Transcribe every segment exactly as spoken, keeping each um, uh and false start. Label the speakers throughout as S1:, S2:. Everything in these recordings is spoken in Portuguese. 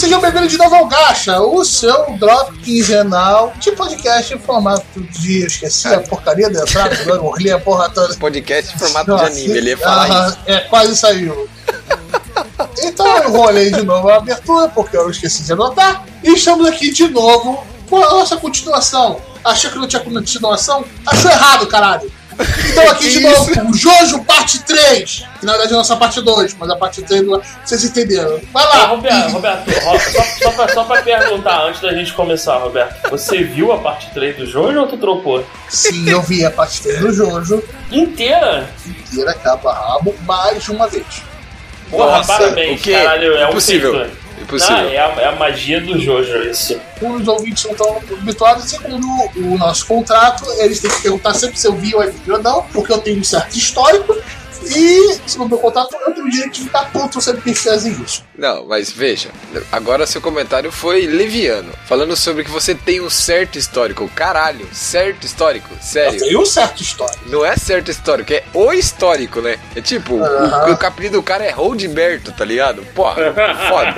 S1: sejam bem-vindos de novo ao Gacha, o seu drop quinzenal de podcast em formato de... Eu esqueci a porcaria da entrada, eu li a porra toda.
S2: Podcast em formato Nossa, de anime, ele ia falar ah, isso.
S1: É, quase saiu. Então eu rolei de novo a abertura, porque eu esqueci de anotar. E estamos aqui de novo com a nossa continuação. Achou que não tinha continuação? Achou errado, caralho. Então aqui de novo, o Jojo parte três. Que na verdade é a nossa parte dois, mas a parte três, vocês entenderam. Vai lá.
S3: Ah, Roberto, Roberto só, só, pra, só pra perguntar antes da gente começar, Roberto. Você viu a parte três do Jojo ou tu dropou?
S1: Sim, eu vi a parte três do Jojo.
S3: Inteira?
S1: Inteira, cabo a rabo, mais de uma vez.
S3: Porra, Nossa, parabéns,
S2: o quê?
S3: Caralho, é
S2: Impossível.
S3: um feito.
S2: Impossível.
S3: Não, é, a, é a magia do Jojo, isso.
S1: Os ouvintes não estão habituados, segundo o nosso contrato, eles têm que perguntar sempre se eu vi ou eu ou não, porque eu tenho um certo histórico. E, segundo o meu contrato, eu tenho o direito de ficar puto sempre que fizem isso.
S2: Não, mas veja, agora seu comentário foi leviano, falando sobre que você tem um certo histórico. Caralho, certo histórico, sério.
S1: Eu tenho um certo histórico.
S2: Não é certo histórico, é o histórico, né? É tipo, uh-huh. o, o apelido do cara é Roldberto, tá ligado? Porra, foda.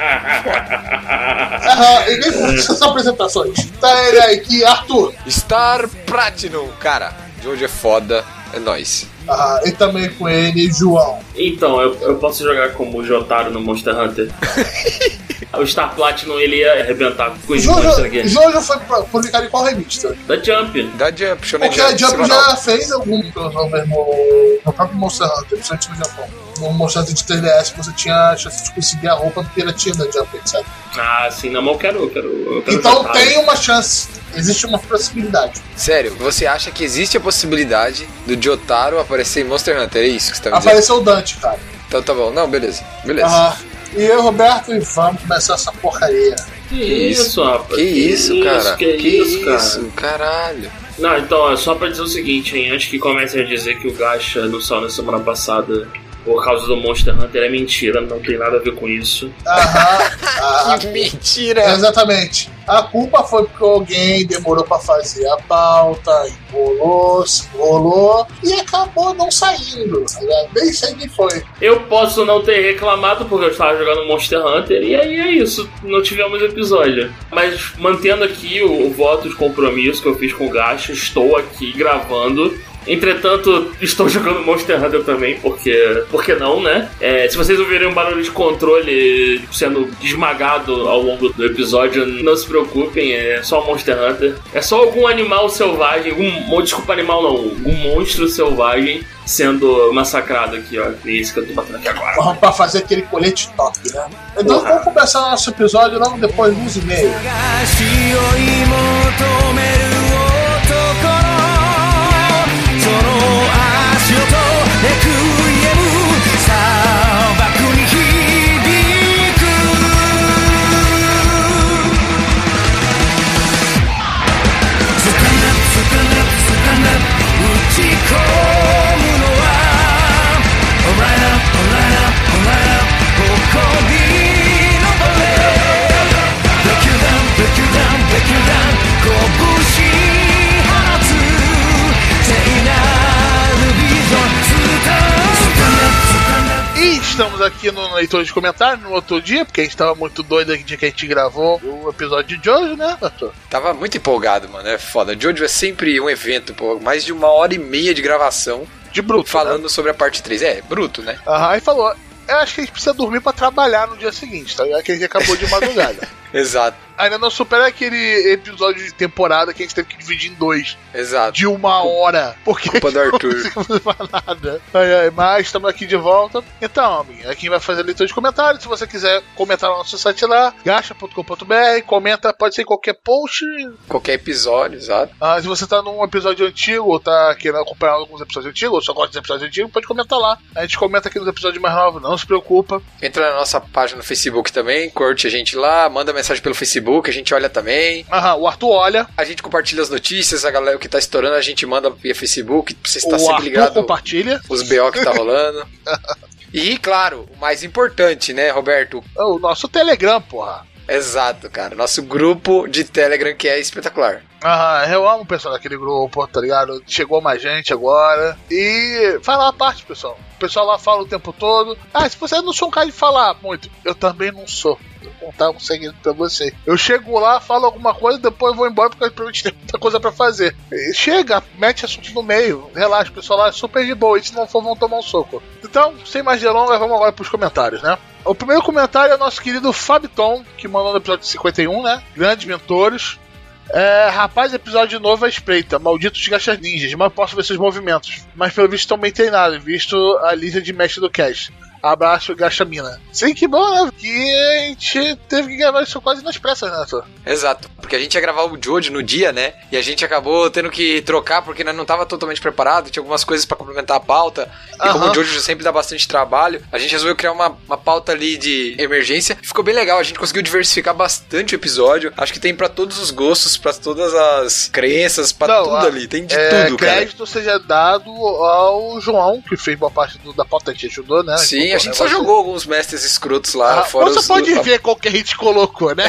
S1: Aham, e nem foi essas apresentações. Tá ele aí aqui, Arthur.
S2: Star Platinum, cara, de hoje é foda, é nóis.
S1: Ah, e também com ele, João.
S3: Então, eu, eu posso jogar como Jotaro no Monster Hunter? O Star Platinum, ele ia arrebentar com os monstros aqui.
S1: Jojo foi publicado em qual revista?
S3: Da Jump.
S2: Da Jump, Shonen
S1: Porque a Jump já fez algum crossover no, no próprio Monster Hunter, principalmente no Japão. No Monster Hunter de três D S você tinha a chance de conseguir a roupa do piratinha da Jump, etcétera.
S3: Ah, sim, não, mas eu quero, eu quero, eu quero
S1: Então
S3: jogar.
S1: Tem uma chance, existe uma possibilidade.
S2: Sério, você acha que existe a possibilidade do Jotaro aparecer em Monster Hunter? É isso que você tá me dizendo?
S1: Apareceu o Dante, cara.
S2: Então tá bom, não, beleza, beleza.
S1: Ah, e eu, Roberto, e vamos começar essa porcaria.
S3: Que isso, rapaz?
S2: Que isso, cara?
S3: Que, que isso, cara?
S2: isso, caralho.
S3: Não, então, é só pra dizer o seguinte, hein? Antes que comecem a dizer que o Gacha não saiu na semana passada por causa do Monster Hunter, é mentira, não tem nada a ver com isso.
S1: Aham, aham.
S2: Que mentira!
S1: É, exatamente. A culpa foi porque alguém demorou pra fazer a pauta, enrolou, se enrolou e acabou não saindo. Nem sei quem foi.
S3: Eu posso não ter reclamado porque eu estava jogando Monster Hunter e aí é isso, não tivemos episódio. Mas mantendo aqui o, o voto de compromisso que eu fiz com o Gacha, estou aqui gravando. Entretanto, estou jogando Monster Hunter também, porque, porque não, né? É, se vocês ouvirem um barulho de controle sendo esmagado ao longo do episódio, não se preocupem, é só Monster Hunter. É só algum animal selvagem, algum, desculpa, animal não, algum monstro selvagem sendo massacrado aqui, ó. É isso que eu tô batendo aqui agora.
S1: Vamos pra fazer aquele colete top, né? Então Porra. Vamos começar o nosso episódio logo depois dos e-mails. Estamos aqui no leitor de comentários no outro dia, porque a gente tava muito doido aqui dia que a gente gravou o episódio de Jojo, né, Arthur?
S2: Tava muito empolgado, mano, é foda. Jojo é sempre um evento, pô, mais de uma hora e meia de gravação.
S1: De bruto,
S2: falando
S1: né?
S2: sobre a parte três. É, bruto, né?
S1: Aham, aí falou, eu acho que a gente precisa dormir pra trabalhar no dia seguinte, tá ligado? Que a gente acabou de madrugada.
S2: Exato.
S1: Ainda não supera aquele episódio de temporada que a gente teve que dividir em dois.
S2: Exato.
S1: De uma hora. Porque
S2: culpa do Arthur.
S1: Não conseguimos fazer nada. Ai, ai, mas estamos aqui de volta. Então, amigo, aqui vai fazer leitura de comentários. Se você quiser comentar no nosso site lá, gacha ponto com ponto b r, comenta, pode ser em qualquer post.
S2: Qualquer episódio, exato.
S1: Ah, se você tá num episódio antigo, ou tá querendo acompanhar alguns episódios antigos, ou só gosta de episódios antigos, pode comentar lá. A gente comenta aqui nos episódios mais novos, não se preocupa.
S2: Entra na nossa página no Facebook também, curte a gente lá, manda mensagem pelo Facebook, a gente olha também.
S1: Aham, o Arthur olha.
S2: A gente compartilha as notícias, a galera que tá estourando, a gente manda via Facebook, pra você estar sempre
S1: Arthur
S2: ligado.
S1: Compartilha.
S2: Os B O que tá rolando. E, claro, o mais importante, né, Roberto?
S1: O nosso Telegram, porra.
S2: Exato, cara. Nosso grupo de Telegram que é espetacular.
S1: Ah, eu amo o pessoal daquele grupo, tá ligado? Chegou mais gente agora. E faz lá a parte, pessoal. O pessoal lá fala o tempo todo. Ah, se você não sou um cara de falar muito, eu também não sou. Vou contar um segredo pra você. Eu chego lá, falo alguma coisa, depois vou embora porque provavelmente tem muita coisa pra fazer. E chega, mete assunto no meio, relaxa, o pessoal lá é super de boa. E se não for, vão tomar um soco. Então, sem mais delongas, vamos agora pros comentários, né? O primeiro comentário é o nosso querido Fabiton, que mandou no episódio cinquenta e um, né? Grandes mentores. É, rapaz, episódio novo é espreita. Malditos gachas ninjas, mal posso ver seus movimentos. Mas pelo visto estão bem treinados, visto a lista de mestre do cast. Abraço, Gachamina. Sim, que bom, né? Que a gente teve que gravar isso quase nas pressas, né, Arthur?
S2: Exato, porque a gente ia gravar o Jojo no dia, né? E a gente acabou tendo que trocar porque nós não tava totalmente preparado, tinha algumas coisas pra complementar a pauta. E uhum. como o Jojo sempre dá bastante trabalho, a gente resolveu criar uma, uma pauta ali de emergência. Ficou bem legal, a gente conseguiu diversificar bastante o episódio. Acho que tem pra todos os gostos, pra todas as crenças, pra não, tudo a, ali. Tem de
S1: é,
S2: tudo, cara.
S1: Crédito seja dado ao João, que fez boa parte do, da pauta que te ajudou, né?
S2: Sim, a gente só jogou alguns mestres escrotos lá.
S1: Ah,
S2: fora
S1: você
S2: os...
S1: pode ver qual que a gente colocou, né?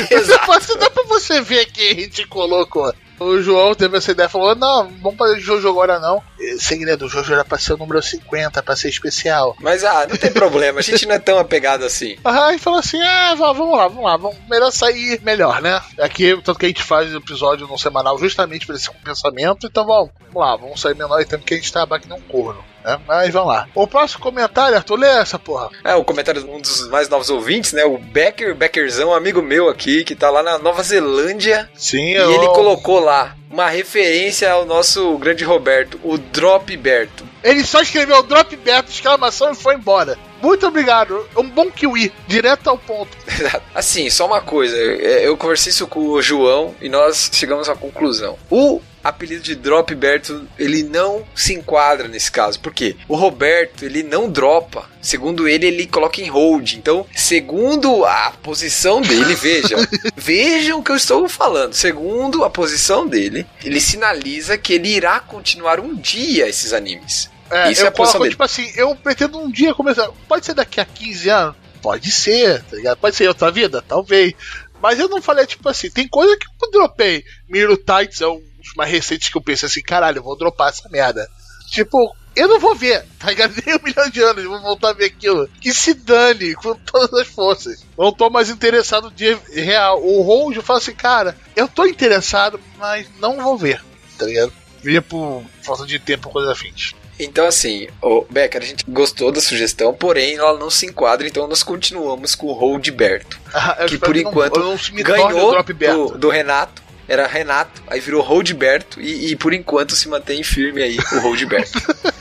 S1: Exato. Dá pra você ver quem a gente colocou. O João teve essa ideia e falou: não, vamos fazer Jojo agora não. Segredo, o Jojo era pra ser o número cinquenta, pra ser especial.
S2: Mas ah, não tem problema, a gente não é tão apegado assim.
S1: Aham, e falou assim: ah, vamos lá, vamos lá, vamos, melhor sair melhor, né? Aqui, tanto que a gente faz o episódio no semanal justamente por esse pensamento, então vamos, vamos lá, vamos sair menor e tempo que a gente tá aqui não corno. É, mas vamos lá. O próximo comentário, Arthur, lê essa porra.
S2: É, o comentário de um dos mais novos ouvintes, né? O Becker, Beckerzão, amigo meu aqui, que tá lá na Nova Zelândia.
S1: Sim,
S2: E
S1: eu...
S2: ele colocou lá uma referência ao nosso grande Roberto, o Drop Berto.
S1: Ele só escreveu Drop Berto, exclamação, e foi embora. Muito obrigado. Um bom kiwi, direto ao ponto.
S2: Assim, só uma coisa. Eu conversei isso com o João e nós chegamos à conclusão. O apelido de Drop Berto, ele não se enquadra nesse caso. Por quê? O Roberto, ele não dropa. Segundo ele, ele coloca em hold. Então, segundo a posição dele, vejam. Vejam o que eu estou falando. Segundo a posição dele, ele sinaliza que ele irá continuar um dia esses animes.
S1: É,
S2: Isso
S1: eu
S2: é a posição dele.
S1: Tipo assim, eu pretendo um dia começar. Pode ser daqui a quinze anos? Pode ser, tá ligado? Pode ser em outra vida? Talvez. Mas eu não falei, tipo assim, tem coisa que eu dropei. Miro Tights é um dos mais recentes que eu pensei assim, caralho, eu vou dropar essa merda. Tipo, eu não vou ver, tá ligado? Nem um milhão de anos eu vou voltar a ver aquilo. Que se dane com todas as forças. Não tô mais interessado no dia real. O Hold, eu falo assim, cara, eu tô interessado, mas não vou ver, tá ligado? Via por falta de tempo, coisas afins.
S2: Então assim, o Becker, a gente gostou da sugestão, porém ela não se enquadra, então nós continuamos com o Hold Berto.
S1: Ah,
S2: que por enquanto
S1: não, não
S2: ganhou do, do Renato, era Renato, aí virou Hold Berto e, e por enquanto se mantém firme aí o Hold Berto.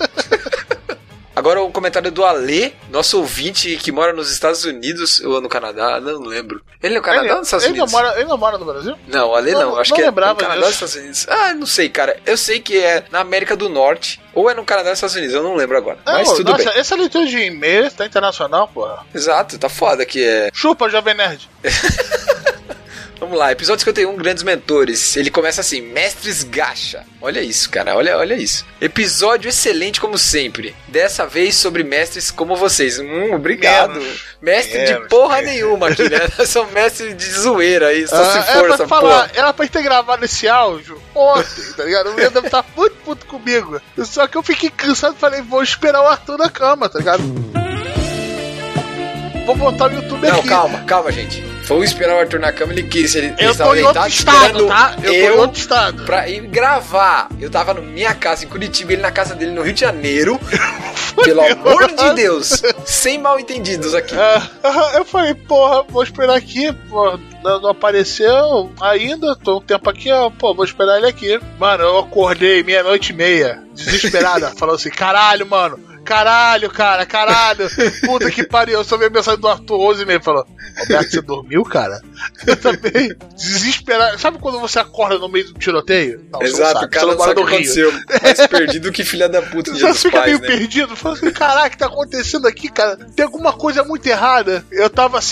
S2: Agora o comentário do Alê, nosso ouvinte que mora nos Estados Unidos ou no Canadá, não lembro. Ele é no Canadá
S1: ele,
S2: ou nos Estados
S1: ele
S2: Unidos?
S1: Não mora, ele não mora no Brasil?
S2: Não, o Alê não, não acho
S1: não
S2: que é no Canadá
S1: disso.
S2: ou Estados Unidos. Ah, não sei, cara. Eu sei que é na América do Norte ou é no Canadá ou Estados Unidos, eu não lembro agora. Não, mas tudo
S1: nossa,
S2: bem.
S1: Essa leitura de e-mail tá internacional, porra.
S2: Exato, tá foda que é...
S1: Chupa, Jovem Nerd.
S2: Vamos lá, episódio cinquenta e um, Grandes Mentores. Ele começa assim, Mestres Gacha. Olha isso, cara, olha, olha isso. Episódio excelente como sempre. Dessa vez sobre mestres como vocês. Hum, obrigado. Menos, Mestre menos, de porra menos. nenhuma aqui, né? São mestres de zoeira aí, só ah, se for essa porra. Falar,
S1: era pra ter gravado esse áudio ontem, tá ligado? O Leandro deve estar muito puto comigo. Só que eu fiquei cansado e falei, vou esperar o Arthur na cama, tá ligado? Vou botar no YouTube
S2: Não,
S1: aqui.
S2: Não, calma, calma, gente. Foi esperar o Arthur na cama, ele quis. Ele,
S1: eu
S2: ele
S1: tô em outro estado, tá? Eu, eu tô em outro estado.
S2: Pra ir gravar. Eu tava na minha casa em Curitiba, ele na casa dele no Rio de Janeiro. Pelo amor de Deus. Sem mal entendidos aqui.
S1: É, eu falei, porra, vou esperar aqui. Pô, não apareceu ainda. Tô um tempo aqui, ó. Pô, vou esperar ele aqui. Mano, eu acordei meia-noite e meia, desesperada, falando assim, caralho, mano. Caralho, cara, caralho. Puta que pariu. Eu só vi a mensagem do Arthur onze e meio. Falou, Roberto, você dormiu, cara? Eu também, desesperado. Sabe quando você acorda no meio do tiroteio?
S2: Não, exato, o cara não sabe o que aconteceu. Mais perdido que filha da puta.
S1: Você fica pais, meio né? perdido. Fala assim, caraca, o que tá acontecendo aqui, cara? Tem alguma coisa muito errada. Eu tava assim,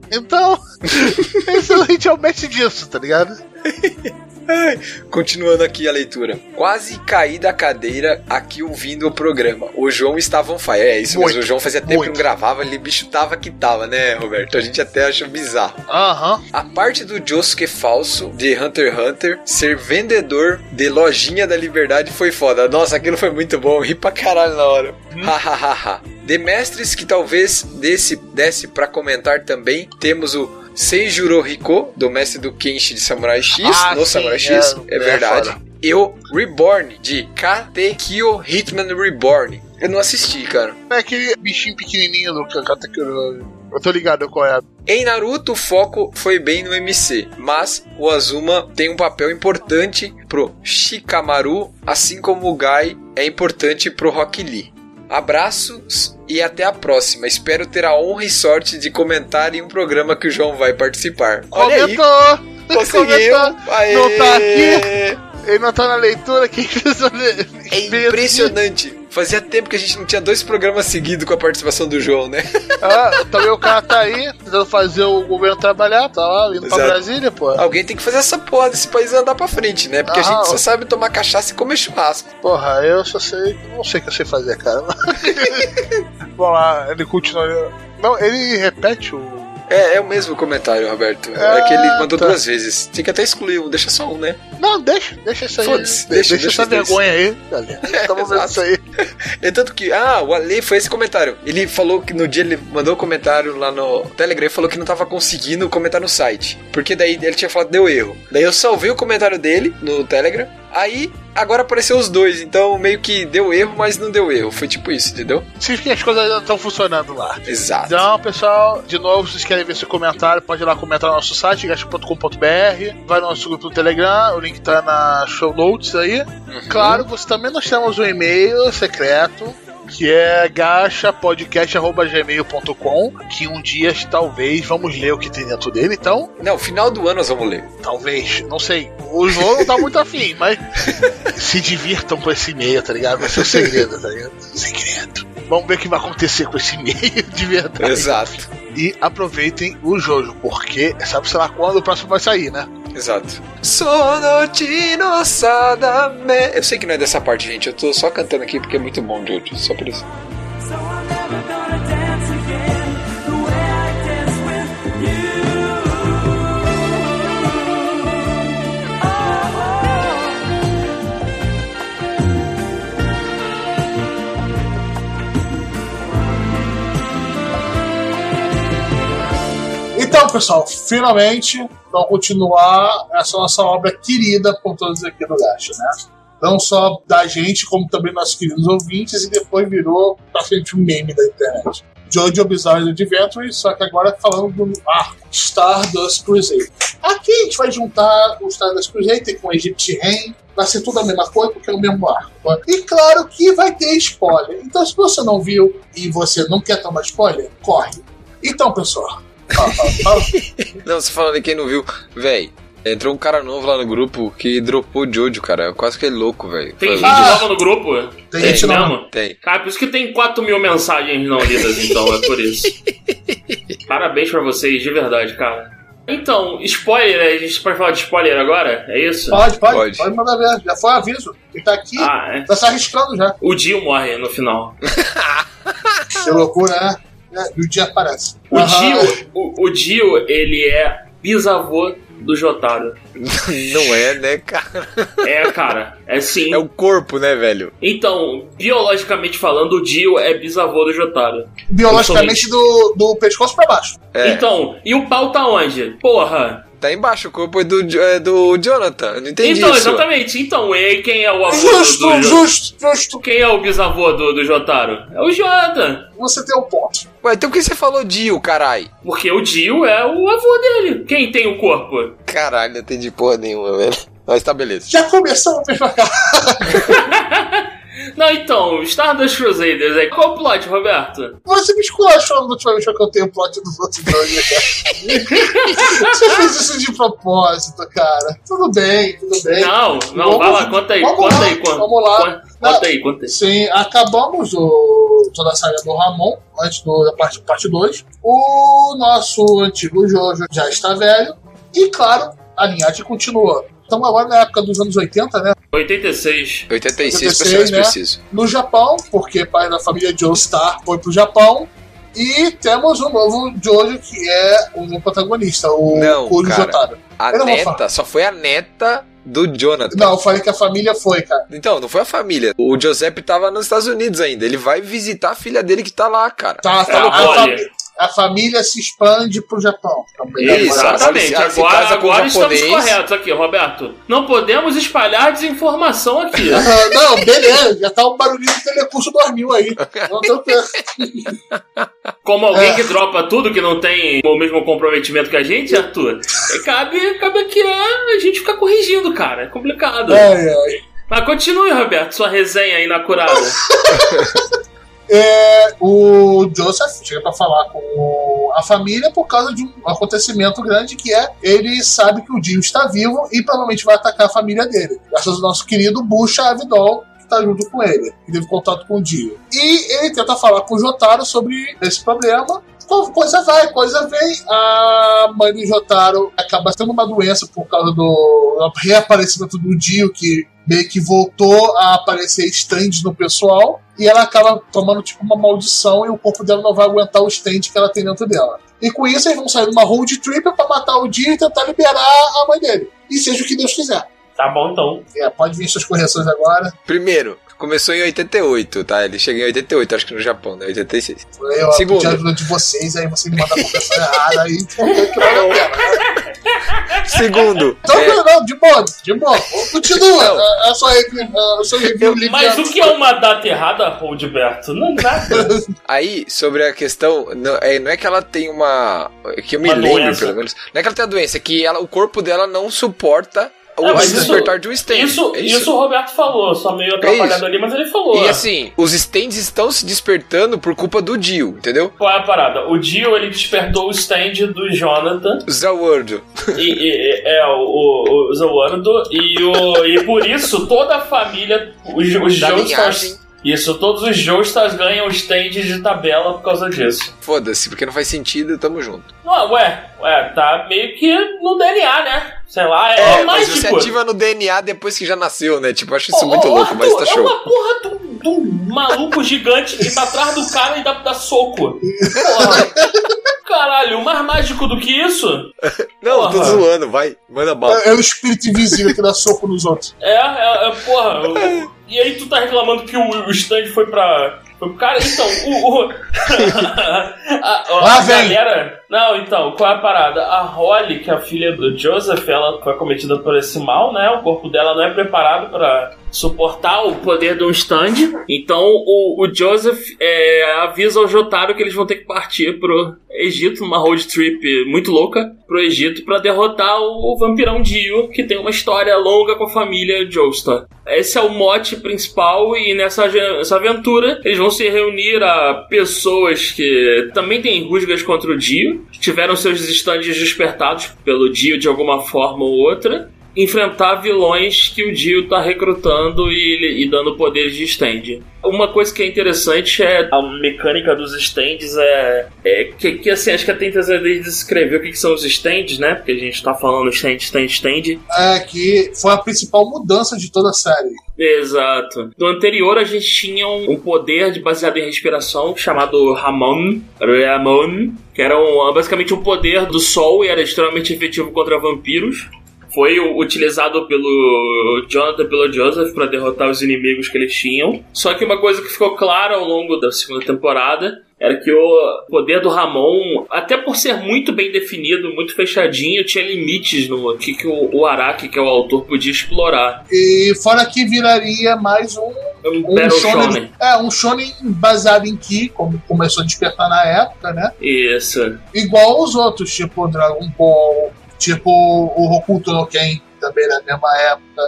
S4: Então, esse a gente é o mestre disso, tá ligado?
S2: Ai, continuando aqui a leitura. Quase caí da cadeira aqui ouvindo o programa. O João estava on fire. É isso
S4: muito,
S2: mesmo. O João fazia tempo
S4: muito.
S2: que não gravava. Ele bicho tava que tava, né, Roberto? A gente até acha bizarro.
S4: Aham. Uhum.
S2: A parte do Josuke falso de Hunter x Hunter ser vendedor de lojinha da liberdade foi foda. Nossa, aquilo foi muito bom. Ri pra caralho na hora. Hahaha. Hum. De mestres que talvez desse, desse pra comentar também, temos o Seijuro Hiko, do mestre do Kenshi de Samurai X,
S4: ah,
S2: no
S4: sim,
S2: Samurai X, é, é verdade. É e o Reborn, de Katekyo Hitman Reborn. Eu não assisti, cara.
S4: É aquele bichinho pequenininho do Katekyo. Eu tô ligado qual é.
S2: Em Naruto, o foco foi bem no M C, mas o Azuma tem um papel importante pro Shikamaru, assim como o Gai é importante pro Rock Lee. Abraços e até a próxima. Espero ter a honra e sorte de comentar em um programa que o João vai participar. Olha
S4: Comentou!
S2: aí, conseguiu! Aê.
S4: Não tá aqui, ele não tá na leitura. Que
S2: é impressionante. Fazia tempo que a gente não tinha dois programas seguidos com a participação do João, né?
S4: Ah, também o cara tá aí tentando fazer o governo trabalhar, tá lá indo
S2: Exato.
S4: Pra Brasília, pô.
S2: Alguém tem que fazer essa porra desse país andar pra frente, né? Porque ah, a gente só sabe tomar cachaça e comer churrasco.
S4: Porra, eu só sei, não sei o que eu sei fazer, cara. Vamos lá, ele continua. Não, ele repete o.
S2: É, é o mesmo comentário, Roberto. É, é que ele mandou tá. duas vezes. Tem que até excluir um, deixa só um, né?
S4: Não, deixa, deixa isso aí.
S2: Foda-se,
S4: deixa, deixa,
S2: deixa
S4: essa vergonha aí, galera. Estamos vendo isso aí.
S2: É tanto que, ah, o Ale foi esse comentário. Ele falou que no dia ele mandou um comentário lá no Telegram e falou que não tava conseguindo comentar no site. Porque daí ele tinha falado que deu erro. Daí eu salvei o comentário dele no Telegram. Aí, agora apareceu os dois, então meio que deu erro, mas não deu erro. Foi tipo isso, entendeu?
S4: Significa que as coisas ainda estão funcionando lá.
S2: Exato.
S4: Então, pessoal, de novo, se vocês querem ver seu comentário, pode ir lá comentar no nosso site, gacha ponto com ponto b r. Vai no nosso grupo do Telegram, o link tá na show notes aí. Uhum. Claro, você também nós temos um e-mail secreto, que é gacha podcast arroba gmail ponto com, que um dia talvez vamos ler o que tem dentro dele, então...
S2: Não, final do ano nós vamos ler.
S4: Talvez, não sei. O João não tá muito afim, mas se divirtam com esse e-mail, tá ligado? Vai ser um segredo, tá ligado? Segredo. Vamos ver o que vai acontecer com esse e-mail de verdade.
S2: Exato.
S4: E aproveitem o Jojo, porque sabe sei lá quando o próximo vai sair, né?
S2: Exato. Sonochino Sadame. Eu sei que não é dessa parte, gente. Eu tô só cantando aqui porque é muito bom, Jojo. Só por isso.
S1: Então, pessoal, finalmente vamos continuar essa nossa obra querida por todos aqui do Gacha, né? Não só da gente, como também nossos queridos ouvintes, e depois virou praticamente um meme da internet. Jojo Bizarre Adventure, só que agora falando do arco Stardust Crusade. Aqui a gente vai juntar o Stardust Crusade com o Egypt Rain, vai ser tudo a mesma coisa porque é o mesmo arco. E claro que vai ter spoiler. Então, se você não viu e você não quer tomar spoiler, corre. Então, pessoal. Ah, ah, ah.
S2: Não, você falando de quem não viu, véi, entrou um cara novo lá no grupo que dropou o Jojo, cara. Quase que é louco, velho.
S3: Tem gente ah, nova no grupo?
S1: Tem, tem gente nova.
S2: Tem.
S3: Cara, por isso que tem quatro mil mensagens não lidas, então, é por isso. Parabéns pra vocês, de verdade, cara. Então, spoiler, a gente pode falar de spoiler agora? É isso?
S1: Pode, pode. Pode, pode mandar ver. Já foi aviso. Quem tá aqui ah, é. tá se arriscando já.
S3: O Dio morre no final.
S1: Que loucura, né? E o Dio aparece.
S3: O, uhum. Dio, o, o Dio, ele é bisavô do Jotaro.
S2: Não é, né, cara?
S3: É, cara. É sim.
S2: É o corpo, né, velho?
S3: Então, biologicamente falando, o Dio é bisavô do Jotaro.
S1: Biologicamente do, do pescoço pra baixo.
S3: É. Então, e o pau tá onde? Porra!
S2: Tá embaixo, o corpo é do, é do Jonathan. Eu não entendi
S3: então,
S2: isso.
S3: Então, exatamente. Então, e quem é o avô
S1: justo,
S3: do, do
S1: Justo, justo.
S3: Quem é o bisavô do, do Jotaro? É o Jonathan.
S1: Você tem um ponto.
S2: Ué, então por que você falou Dio, carai?
S3: Porque o Dio é o avô dele. Quem tem o corpo?
S2: Caralho, não entendi porra nenhuma, velho. Mas tá beleza.
S1: Já começamos a pescar.
S3: Não, então, Stardust Crusaders aí. Qual o plot, Roberto?
S1: Você me esculachou na última vez que eu tenho o plot dos outros dois, né, cara? Você fez isso de propósito, cara. Tudo bem, tudo bem.
S3: Não, não,
S1: vamos,
S3: vai lá, conta aí,
S1: vamos
S3: conta
S1: lá,
S3: aí. Conta,
S1: vamos lá.
S3: Conta, conta aí, conta aí.
S1: Sim, acabamos o, toda a saga do Ramon, antes do, da parte parte dois. O nosso antigo Jojo já está velho. E, claro, a linhagem continua. Estamos agora na época dos anos oitenta, né?
S3: oitenta e seis.
S2: oitenta e seis,
S1: oitenta e seis,
S2: pra ser mais
S1: né?
S2: preciso.
S1: No Japão, porque pai da família Joestar foi pro Japão. E temos um novo Jojo que é o meu protagonista, o
S2: Não,
S1: Kuro
S2: cara.
S1: Jotaro.
S2: A
S1: Eu não vou
S2: neta,
S1: falar.
S2: só foi a neta do Jonathan.
S1: Não, eu falei que a família foi, cara.
S2: Então, não foi a família. O Giuseppe tava nos Estados Unidos ainda. Ele vai visitar a filha dele que tá lá, cara.
S1: Tá, tá,
S3: Ah,
S1: a,
S3: olha.
S1: fami- a família se expande pro Japão. Também.
S2: Isso,
S3: Exatamente,
S2: agora se- se
S3: agora,
S2: casa com
S3: agora
S2: um
S3: estamos
S2: japonês.
S3: corretos aqui, Roberto. Não podemos espalhar desinformação aqui.
S1: Ah, não, beleza, já tá o barulhinho do telecurso dormiu aí. Não, tranquilo.
S3: Como alguém
S1: É.
S3: que dropa tudo que não tem o mesmo comprometimento que a gente, Arthur, é, cabe, cabe aqui a, a gente ficar corrigindo, cara. É complicado.
S1: Ai, ai.
S3: Mas continue, Roberto, sua resenha aí na curada.
S1: É, o Joseph chega pra falar com a família por causa de um acontecimento grande que é ele sabe que o Dio está vivo e provavelmente vai atacar a família dele. Graças ao nosso querido Bucha Avidol, que tá junto com ele, que teve contato com o Dio. E ele tenta falar com o Jotaro sobre esse problema. Coisa vai, coisa vem. A mãe do Jotaro acaba tendo uma doença por causa do reaparecimento do Dio, que meio que voltou a aparecer stands no pessoal. E ela acaba tomando tipo uma maldição e o corpo dela não vai aguentar o stand que ela tem dentro dela. E com isso eles vão sair numa road trip pra matar o Dio e tentar liberar a mãe dele. E seja o que Deus quiser.
S3: Tá bom, então.
S1: É, pode vir suas correções agora.
S2: Primeiro, começou em oitenta e oito, tá? Ele chega em oitenta e oito, acho que no Japão, né? oitenta e seis.
S1: Eu
S2: Segundo.
S1: pedi a ajuda de vocês, aí você me manda a correção errada, aí que vale a pena.
S2: Segundo,
S1: Então,
S2: é,
S1: não, de boa, de boa. Continua.
S2: Não.
S1: É, é só review, é só review livre.
S3: Mas o que é uma data errada, Roberto? Não é nada.
S2: aí, sobre a questão, não é, não é que ela tem uma... que eu me
S3: Uma
S2: lembro,
S3: doença.
S2: pelo menos. Não é que ela tem a doença, é que ela, o corpo dela não suporta o
S3: É, mas
S2: despertar
S3: isso-
S2: de um stand.
S3: Isso,
S2: É
S3: isso. o Roberto falou, só meio atrapalhado
S2: isso.
S3: ali, mas ele falou.
S2: E assim, os stands estão se despertando por culpa do Dio, entendeu?
S3: Qual é a parada? O Dio, ele despertou o stand do Jonathan.
S2: Zawardo.
S3: E, e- é o, o, o Zawardo. E, o, e por isso toda a família, os, os
S2: Da
S3: Joestars.
S2: linhagem.
S3: Isso, todos os Joestars ganham stand de tabela por causa disso.
S2: Foda-se, porque não faz sentido, tamo junto.
S3: Não, ué, ué, tá meio que no D N A, né? Sei lá, é,
S2: É,
S3: mais
S2: mas você
S3: tipo...
S2: ativa no D N A depois que já nasceu, né? Tipo, eu acho isso
S3: Ô,
S2: muito
S3: ô,
S2: louco, mas
S3: Arthur,
S2: tá
S3: é
S2: show.
S3: uma porra de um, de um maluco gigante que tá atrás do cara e dá pra dar soco. Porra. Caralho, mais mágico do que isso?
S2: Não, tô
S3: Porra.
S2: zoando, vai, manda bala.
S1: É, é o espírito invisível que dá soco nos outros.
S3: É, é, é porra. o- e aí tu tá reclamando que o, o stand foi pra... Foi pro cara? Então, o... o a, a,
S1: Lá
S3: a
S1: vem.
S3: galera... Não, então, qual é a parada? A Holly, que é a filha do Joseph, ela foi cometida por esse mal, né? O corpo dela não é preparado pra suportar o poder de um stand. Então, o, o Joseph é, avisa ao Jotaro que eles vão ter que partir pro Egito, numa road trip muito louca, pro Egito, pra derrotar o, o vampirão Dio, que tem uma história longa com a família Joestar. Esse é o mote principal, e nessa, nessa aventura eles vão se reunir a pessoas que também têm rusgas contra o Dio, tiveram seus estandes despertados pelo Dio de alguma forma ou outra, enfrentar vilões que o Dio tá recrutando e, e dando poderes de stand. Uma coisa que é interessante é a mecânica dos stands, é, é que, que assim, acho que até interessante descrever o que, que são os stands, né? Porque a gente tá falando stand, stand, stand.
S1: É, que foi a principal mudança de toda a série.
S3: Exato. No anterior a gente tinha um, um poder de, baseado em respiração chamado Ramon, Ramon, que era um, basicamente um poder do sol e era extremamente efetivo contra vampiros. Foi utilizado pelo Jonathan e pelo Joseph para derrotar os inimigos que eles tinham. Só que uma coisa que ficou clara ao longo da segunda temporada era que o poder do Ramon, até por ser muito bem definido, muito fechadinho, tinha limites no que, que o, o Araki, que é o autor, podia explorar.
S1: E fora que viraria mais um...
S3: Um
S1: Um
S3: Battle
S1: shonen,
S3: Shonen.
S1: é, um shonen baseado em Ki, como começou a despertar na época, né?
S3: Isso.
S1: Igual os outros, tipo Dragon Ball, tipo o Hokuto no Ken, também na mesma época.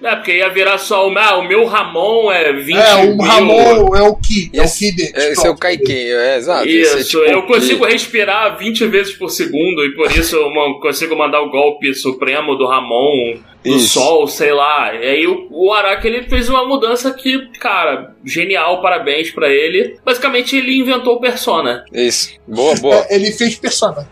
S3: É, porque ia virar só o, ah, o meu Ramon é vinte
S1: É, o
S3: mil.
S1: Ramon é o Ki. É o
S2: Esse,
S1: Ki dele.
S2: esse é o Kaiken, é, exato.
S3: Isso,
S2: esse é tipo
S3: eu consigo
S2: Ki.
S3: respirar vinte vezes por segundo e por isso eu ma- consigo mandar o golpe supremo do Ramon, do
S2: Isso.
S3: Sol, sei lá. E aí o, o Araki, ele fez uma mudança que, cara, genial, parabéns pra ele. Basicamente, ele inventou o Persona.
S2: Isso, boa, boa.
S1: É, ele fez Persona.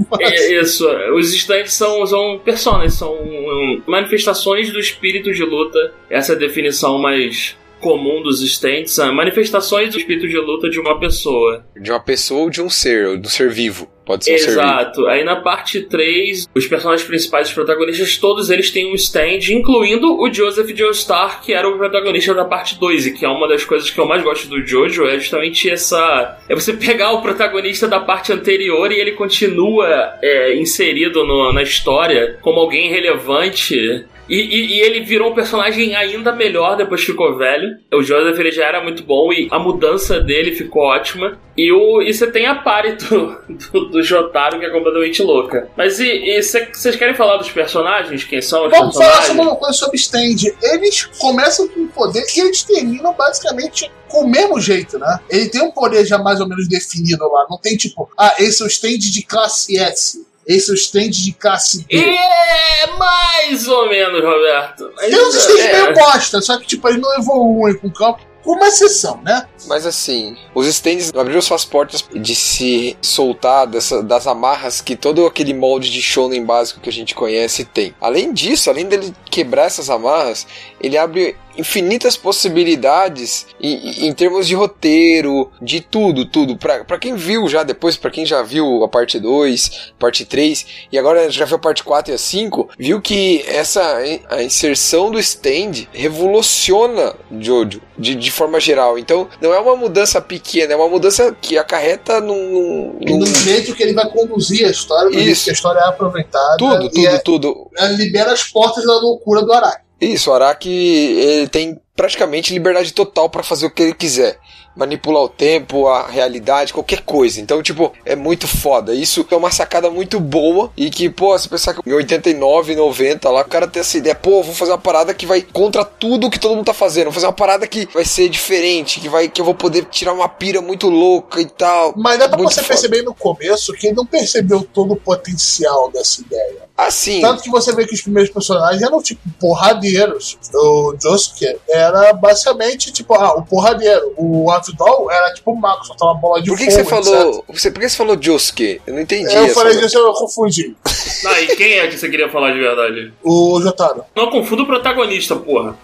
S3: É isso, os stands são, são personas, são um, manifestações do espírito de luta. Essa é a definição mais comum dos stands, são manifestações do espírito de luta de uma pessoa.
S2: De uma pessoa ou de um ser, ou do ser vivo. Pode ser um ser vivo.
S3: Exato. Aí na parte três, os personagens principais, os protagonistas, todos eles têm um stand, incluindo o Joseph Joestar, que era o protagonista da parte dois, e que é uma das coisas que eu mais gosto do Jojo, é justamente essa... é você pegar o protagonista da parte anterior e ele continua é, inserido no, na história como alguém relevante... E, e, e ele virou um personagem ainda melhor depois que ficou velho. O Joseph, ele já era muito bom e a mudança dele ficou ótima. E, o, e você tem a pare do, do, do Jotaro, que é completamente louca. Mas e vocês querem falar dos personagens? Quem são os
S1: Vamos
S3: personagens?
S1: falar sobre uma coisa sobre stand. Eles começam com poder e eles terminam basicamente com o mesmo jeito, né? Ele tem um poder já mais ou menos definido lá. Não tem tipo, ah, esse é o stand de classe S. Esse é o stand de classe B.
S3: É, mais ou menos, Roberto. Mas,
S1: Tem uns stands
S3: é,
S1: meio bosta, só que tipo, eles não evoluem com o campo. Com uma exceção, né?
S2: Mas assim, os stands abriram suas portas de se soltar dessa, das amarras que todo aquele molde de shonen básico que a gente conhece tem. Além disso, além dele quebrar essas amarras, ele abre infinitas possibilidades em, em termos de roteiro, de tudo, tudo. Pra, pra quem viu já depois, pra quem já viu a parte dois, parte três, e agora já viu a parte quatro e a cinco, viu que essa a inserção do stand revoluciona Jojo de, de forma geral. Então, não é uma mudança pequena, é uma mudança que acarreta num... num...
S1: No jeito que ele vai conduzir a história, no jeito que a história é aproveitada.
S2: Tudo, tudo,
S1: é,
S2: tudo.
S1: Ela libera as portas da loucura do Araki.
S2: Isso, o Araki, ele tem praticamente liberdade total pra fazer o que ele quiser. Manipular o tempo, a realidade, qualquer coisa. Então, tipo, é muito foda. Isso é uma sacada muito boa. E que, pô, se pensar que em oitenta e nove, noventa lá, o cara tem essa ideia, pô, vou fazer uma parada que vai contra tudo que todo mundo tá fazendo. Vou fazer uma parada que vai ser diferente, que, vai, que eu vou poder tirar uma pira muito louca e tal.
S1: Mas dá pra
S2: muito
S1: você
S2: foda.
S1: perceber no começo que ele não percebeu todo o potencial dessa ideia.
S2: Assim.
S1: Tanto que você vê que os primeiros personagens eram tipo porradeiros. O Josuke era basicamente tipo, ah, o porradeiro. O Avdol era tipo o mago, soltava uma bola de
S2: Por que,
S1: fogo.
S2: que você falou. Você, por que você falou Josuke? Eu não entendi.
S1: Eu
S2: essa
S1: falei
S2: coisa.
S1: disso, eu confundi.
S3: Ah, e quem é que você queria falar de verdade?
S1: O Jotaro.
S3: Não confunda o protagonista, porra.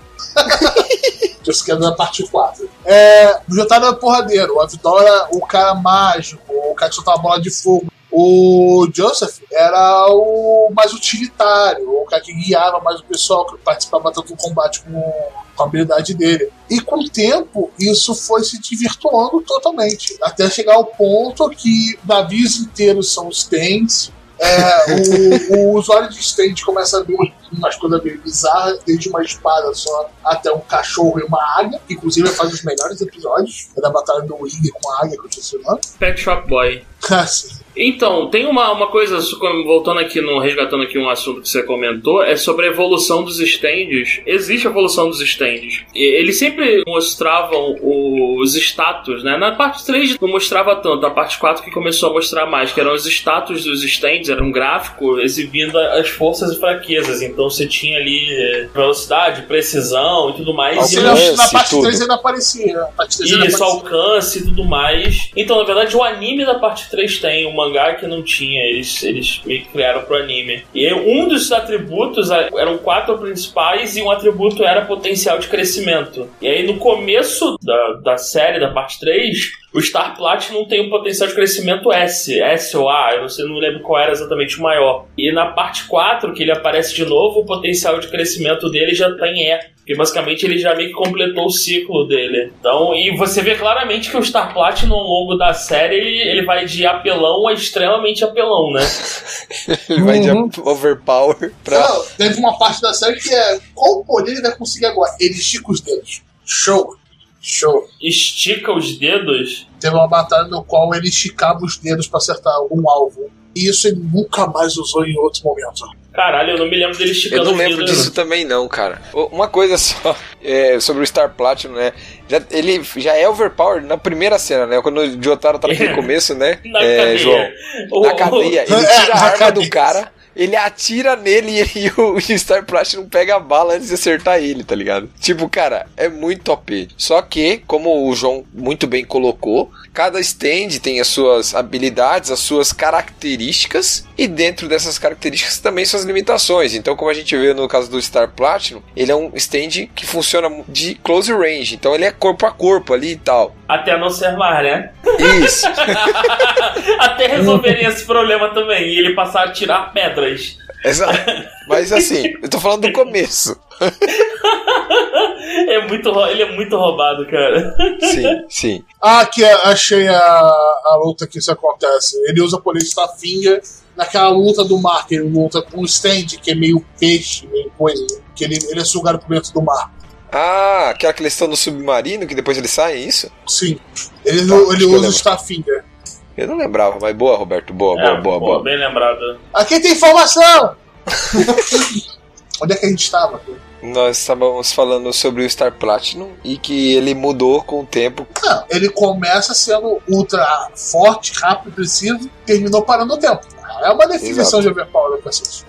S1: Josuke era da parte quatro. É, o Jotaro era porradeiro. O Avdol era o cara mágico, o cara que soltava bola de fogo. O Joseph era o mais utilitário, o cara que guiava mais o pessoal, que participava tanto do combate com, com a habilidade dele. E com o tempo, isso foi se desvirtuando totalmente. Até chegar ao ponto que navios inteiros são stands. É, o, o usuário de stand começa a ver umas coisas meio bizarras, desde uma espada só até um cachorro e uma águia, que inclusive faz os melhores episódios. É da batalha do Wing com a águia, que eu esqueci o nome.
S3: Pet Shop Boy.
S1: Assim.
S3: Então, tem uma, uma coisa, voltando aqui, no, resgatando aqui um assunto que você comentou, é sobre a evolução dos stands. Existe a evolução dos stands. E eles sempre mostravam os status, né? Na parte três não mostrava tanto, a parte quatro que começou a mostrar mais, que eram os status dos stands, era um gráfico exibindo as forças e fraquezas. Então você tinha ali velocidade, precisão e tudo mais.
S2: Alcance,
S3: e
S1: na parte
S2: tudo.
S1: três ainda aparecia. Parte três ainda
S3: Isso,
S1: aparecia.
S3: alcance e tudo mais. Então, na verdade, o anime da parte três tem, o mangá que não tinha, eles, eles meio que criaram pro anime. E um dos atributos, eram quatro principais, e um atributo era potencial de crescimento. E aí, no começo da, da série, da parte três, o Star Platinum tem um potencial de crescimento S, S ou A, eu não sei, não lembro qual era exatamente o maior. E na parte quatro, que ele aparece de novo, o potencial de crescimento dele já tá em E. Porque basicamente ele já meio que completou o ciclo dele. Então, e você vê claramente que o Star Platinum ao longo da série, ele, ele vai de apelão a extremamente apelão, né?
S2: Ele vai
S1: Uhum.
S2: de overpower pra.
S1: Não, teve uma parte da série que é qual poder ele vai conseguir agora? Ele estica os dedos. Show. Show.
S3: Estica os dedos.
S1: Teve uma batalha no qual ele esticava os dedos pra acertar algum alvo. E isso ele nunca mais usou em outro momento.
S3: Caralho, eu não me lembro dele esticando.
S2: Eu não lembro
S3: vida,
S2: disso
S3: não.
S2: também não, cara. Uma coisa só é, sobre o Star Platinum, né? Já, ele já é overpowered na primeira cena, né? Quando o Jotaro tá naquele começo, né?
S3: Na
S2: é,
S3: cadeia.
S2: João,
S3: O-
S2: na cadeia. Ele
S1: É,
S2: tira a
S1: na
S2: arma
S1: cadeia.
S2: do cara, ele atira nele e, e o Star Platinum pega a bala antes de acertar ele, tá ligado? Tipo, cara, é muito O P. Só que, como o João muito bem colocou, cada stand tem as suas habilidades, as suas características, e dentro dessas características também suas limitações. Então, como a gente vê no caso do Star Platinum, ele é um stand que funciona de close range, então ele é corpo a corpo ali e tal.
S3: Até não ser mais, né?
S2: Isso.
S3: Até resolverem esse problema também. E ele passar a tirar pedras.
S2: Exato. Mas assim, eu tô falando do começo.
S3: É muito, rou- ele é muito roubado, cara.
S2: Sim, sim.
S1: Ah, aqui achei a, a luta que isso acontece. Ele usa por Starfinger naquela luta do mar, que ele luta com um stand que é meio peixe, meio coisa, que ele, ele é sugado por dentro do mar.
S2: Ah, aquela que eles estão no submarino, que depois eles saem, isso?
S1: Sim. Ele,
S2: Tá,
S1: ele
S2: acho que eu
S1: usa o
S2: lembro.
S1: Starfinger.
S2: Eu não lembrava, mas boa, Roberto, boa, boa,
S3: É,
S2: boa,
S3: pô,
S2: boa.
S3: bem lembrado.
S1: Aqui tem informação! Onde é que a gente estava?
S2: Nós estávamos falando sobre o Star Platinum e que ele mudou com o tempo.
S1: Não, ele começa sendo ultra forte, rápido, preciso, terminou parando o tempo. É uma definição
S2: Exato.
S1: de overpower, cacete.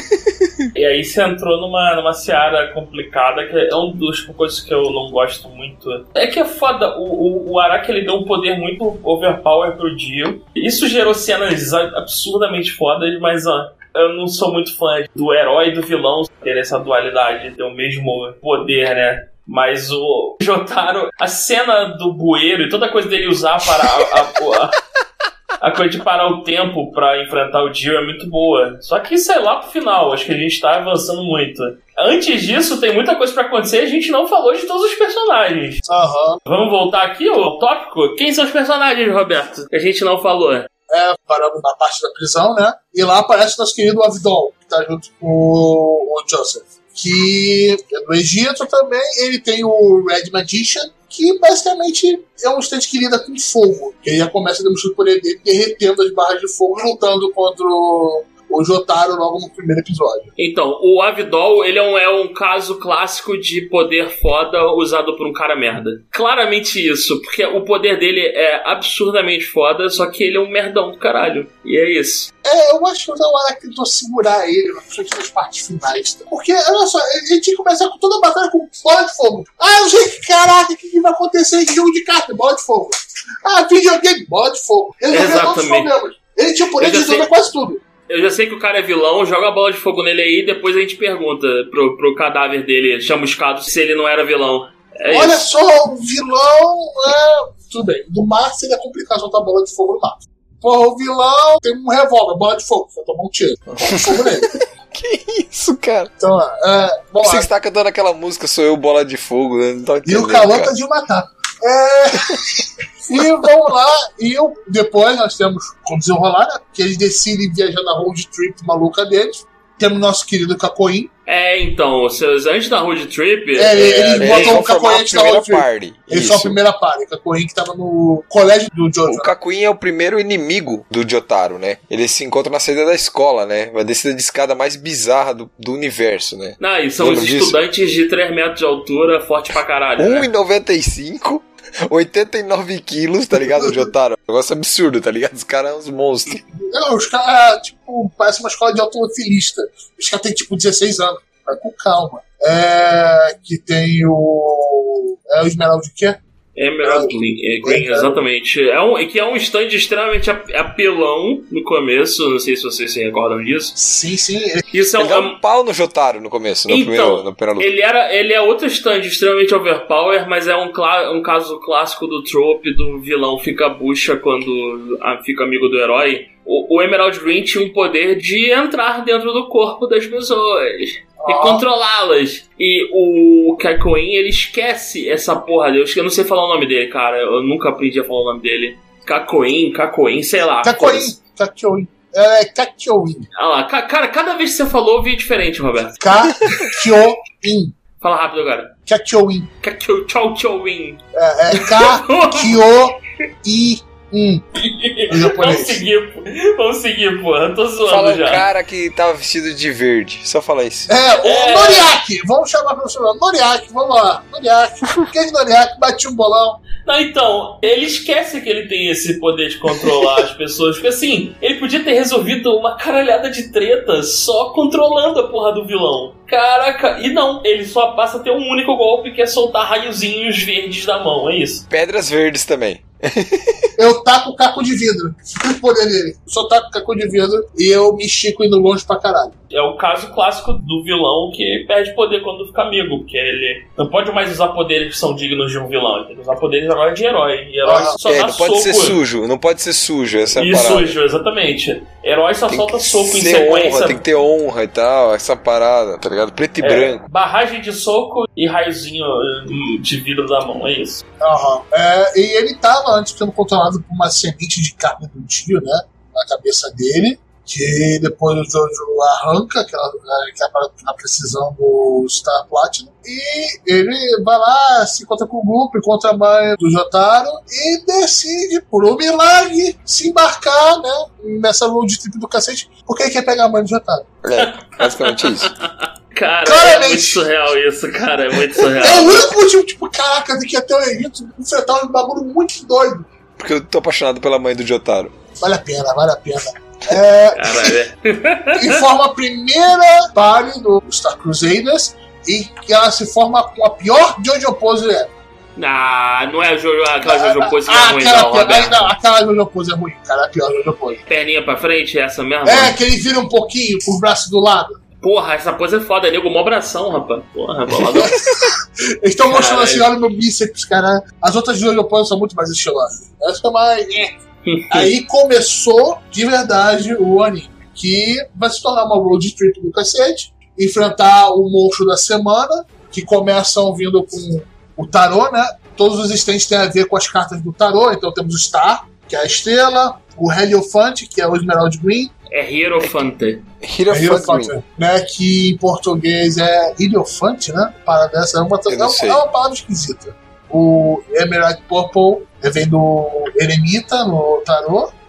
S3: E aí você entrou numa, numa seara complicada, que é uma das coisas que eu não gosto muito. É que é foda, o, o, o Araki ele deu um poder muito overpower pro Dio. Isso gerou cenas absurdamente fodas, mas ó, eu não sou muito fã do herói e do vilão ter essa dualidade, ter o mesmo poder, né? Mas o Jotaro, a cena do bueiro e toda a coisa dele usar para a, a, a, a coisa de parar o tempo pra enfrentar o Dio é muito boa. Só que isso é lá pro final, acho que a gente tá avançando muito. Antes disso, tem muita coisa pra acontecer e a gente não falou de todos os personagens.
S1: Aham.
S3: Vamos voltar aqui ao tópico? Quem são os personagens, Roberto? Que a gente não falou.
S1: É, paramos na parte da prisão, né? E lá aparece nosso querido Avidon, que tá junto com o, o Joseph. Que é do Egito também. Ele tem o Red Magician, que basicamente é um estante que lida com fogo. Que ele já começa a demonstrar o poder dele derretendo as barras de fogo, lutando contra o, o Jotaro logo no primeiro episódio.
S3: Então, o Avidol, ele é um, é um caso clássico de poder foda usado por um cara merda. Claramente isso, porque o poder dele é absurdamente foda, só que ele é um merdão do caralho. E é isso.
S1: É, eu acho que o Araki tentou segurar ele, principalmente nas partes finais. Porque, olha só, ele tinha que começar com toda a batalha com bola de fogo. Ah, eu sei que, caraca, o que, que vai acontecer em jogo de carta? Bola de fogo. Ah, videogame, bola de fogo. Resolver todos os
S3: Exatamente.
S1: problemas. Ele tinha o poder
S3: Eu
S1: de
S3: já
S1: resolver
S3: sei-
S1: quase tudo.
S3: Eu já sei que o cara é vilão, joga a bola de fogo nele aí, depois a gente pergunta pro, pro cadáver dele, chamuscado, se ele não era vilão. É
S1: Olha
S3: isso.
S1: só, o vilão. É... Tudo bem, no mar seria complicado soltar bola de fogo no mar. Porra, o vilão tem um revólver, bola de fogo, vai tomar um tiro. Bola de fogo nele.
S2: Que isso, cara?
S1: Então, é. Bom,
S2: Você está cantando aquela música Sou Eu, Bola de Fogo, né? Não tô
S1: e
S2: entendendo,
S1: o calão
S2: cara.
S1: tá de matar. É. E vamos lá, e eu, depois nós temos como desenrolar, né? Que eles decidem viajar na road trip maluca deles. Temos nosso querido Cacoin.
S3: É, então, seus, antes da road trip...
S1: É, eles
S2: É,
S1: botam
S2: eles
S1: o
S2: vão formar a
S1: cacoete na
S2: primeira
S1: road trip.
S2: party.
S1: Eles são a
S2: Isso.
S1: primeira par. O Cacoin que tava no colégio do Jojo.
S2: O Kakuin é o primeiro inimigo do Jotaro, né? Eles se encontram na saída da escola, né? Uma descida de escada mais bizarra do, do universo, né?
S3: Não, e são
S2: Lembra
S3: os
S2: disso?
S3: estudantes de três metros de altura, forte pra caralho.
S2: um
S3: né?
S2: e noventa e cinco, oitenta e nove quilos, tá ligado, Jotaro? Negócio absurdo, tá ligado? Os caras são uns monstros.
S1: Não, os caras, tipo, parece uma escola de autofilista. Os caras têm, tipo, dezesseis anos. Vai com calma. É. Que tem o. É o Esmeralda de quê?
S3: Emerald Green, é, Green, exatamente. É um, que é um stand extremamente ap- apelão no começo, não sei se vocês se recordam disso.
S1: Sim, sim. Ele...
S3: Isso é
S2: Ele dá
S3: um,
S2: um pau no Jotaro no começo, no
S3: Então,
S2: primeiro, na primeira luta.
S3: ele, era, ele é outro stand extremamente overpower, mas é um, cla- um caso clássico do trope do vilão fica bucha quando ah, fica amigo do herói. O, o Emerald Green tinha um poder de entrar dentro do corpo das pessoas e controlá-las. E o Kakoin, ele esquece essa porra dele. Eu não sei falar o nome dele, cara. Eu nunca aprendi a falar o nome dele. Kakoin, Kakoin, sei lá.
S1: Cacoin. Cacoin. É Cacoin.
S3: Ah lá, ca- cara, cada vez que você falou, eu vi diferente, Roberto.
S1: Cacoin.
S3: Fala rápido agora.
S1: Cacoin.
S3: Kakyo Chow Chowin.
S1: É, é Cacoin. Hum.
S3: Vamos seguir, pô. Vamos seguir, pô. Eu tô zoando
S2: Fala
S3: já.
S2: o cara que tava vestido de verde. Só falar isso.
S1: É, o
S3: É.
S1: Noriaki. Vamos chamar pra você. Noriaki, vamos lá. Noriaki. Quem é Noriaki? Bati um bolão.
S3: Não, então, ele esquece que ele tem esse poder de controlar as pessoas. Porque assim, ele podia ter resolvido uma caralhada de treta só controlando a porra do vilão. Caraca, e não, ele só passa a ter um único golpe que é soltar raiozinhos verdes da mão, é isso.
S2: Pedras verdes também.
S1: Eu taco caco de vidro. O poder dele. Eu só taco caco de vidro e eu me estico indo longe pra caralho.
S3: É o caso clássico do vilão que perde poder quando fica amigo, porque ele não pode mais usar poderes que são dignos de um vilão, ele tem que usar poderes agora de herói. E herói
S1: Ah,
S3: só
S2: É,
S3: dá
S2: não pode
S3: soco.
S2: ser sujo. Não pode ser sujo, essa é a
S3: E
S2: parada.
S3: sujo, exatamente. Herói só
S2: Tem
S3: solta
S2: que
S3: soco em
S2: ser
S3: sequência.
S2: honra, tem que ter honra e tal, essa parada, tá ligado? Preto e
S3: É,
S2: branco.
S3: barragem de soco e raiozinho hum, de vidro da mão, é isso.
S1: Aham. É, e ele tava antes sendo controlado por uma semente de carne do tio, né? Na cabeça dele. Que depois o Jojo arranca aquela, aquela, aquela precisão do Star Platinum. E ele vai lá, se encontra com o grupo, encontra a mãe do Jotaro e decide, por um milagre, se embarcar, né? Nessa road trip do cacete, porque ele quer pegar a mãe do Jotaro.
S2: É, basicamente isso.
S3: Cara,
S1: Claramente.
S3: é muito surreal isso, cara, é muito
S1: É
S3: surreal.
S1: o único motivo, tipo, caraca, tem que ir até o Egito enfrentar um bagulho muito doido.
S2: Porque eu tô apaixonado pela mãe do Jotaro.
S1: Vale a pena, vale a pena. É,
S3: Caralho.
S1: e forma a primeira party do Star Crusaders e que ela se forma com a pior Jojo Pose é.
S3: Ah, não é a Jojo, aquela Jojo Pose que é
S1: Ah,
S3: ruim,
S1: aquela,
S3: não,
S1: pior,
S3: Roberto.
S1: não, aquela Jojo Pose é ruim, cara, a pior Jojo Pose.
S3: Perninha pra frente, essa mesmo?
S1: É, que ele vira um pouquinho com os braços do lado.
S3: Porra, essa pose é foda, nego, mó bração, rapaz. Porra, boladão.
S1: Eles estão mostrando assim, olha o meu bíceps, cara. As outras Jojo Pose são muito mais estilosas. Essa é mais... Aí começou, de verdade, o anime, que vai se tornar uma road trip do cacete, enfrentar o monstro da semana, que começam vindo com o tarô, né? Todos os stands têm a ver com as cartas do tarô, então temos o Star, que é a estrela, o Heliofante, que é o Emerald Green,
S3: É Hierophante.
S2: Hierophant,
S1: né? Que em português é Heliofante, né? Para dessa é uma,
S2: Eu não
S1: é,
S2: sei.
S1: é uma palavra esquisita. O Emerald Purple vem do Eremita no tarô.
S3: Uhum.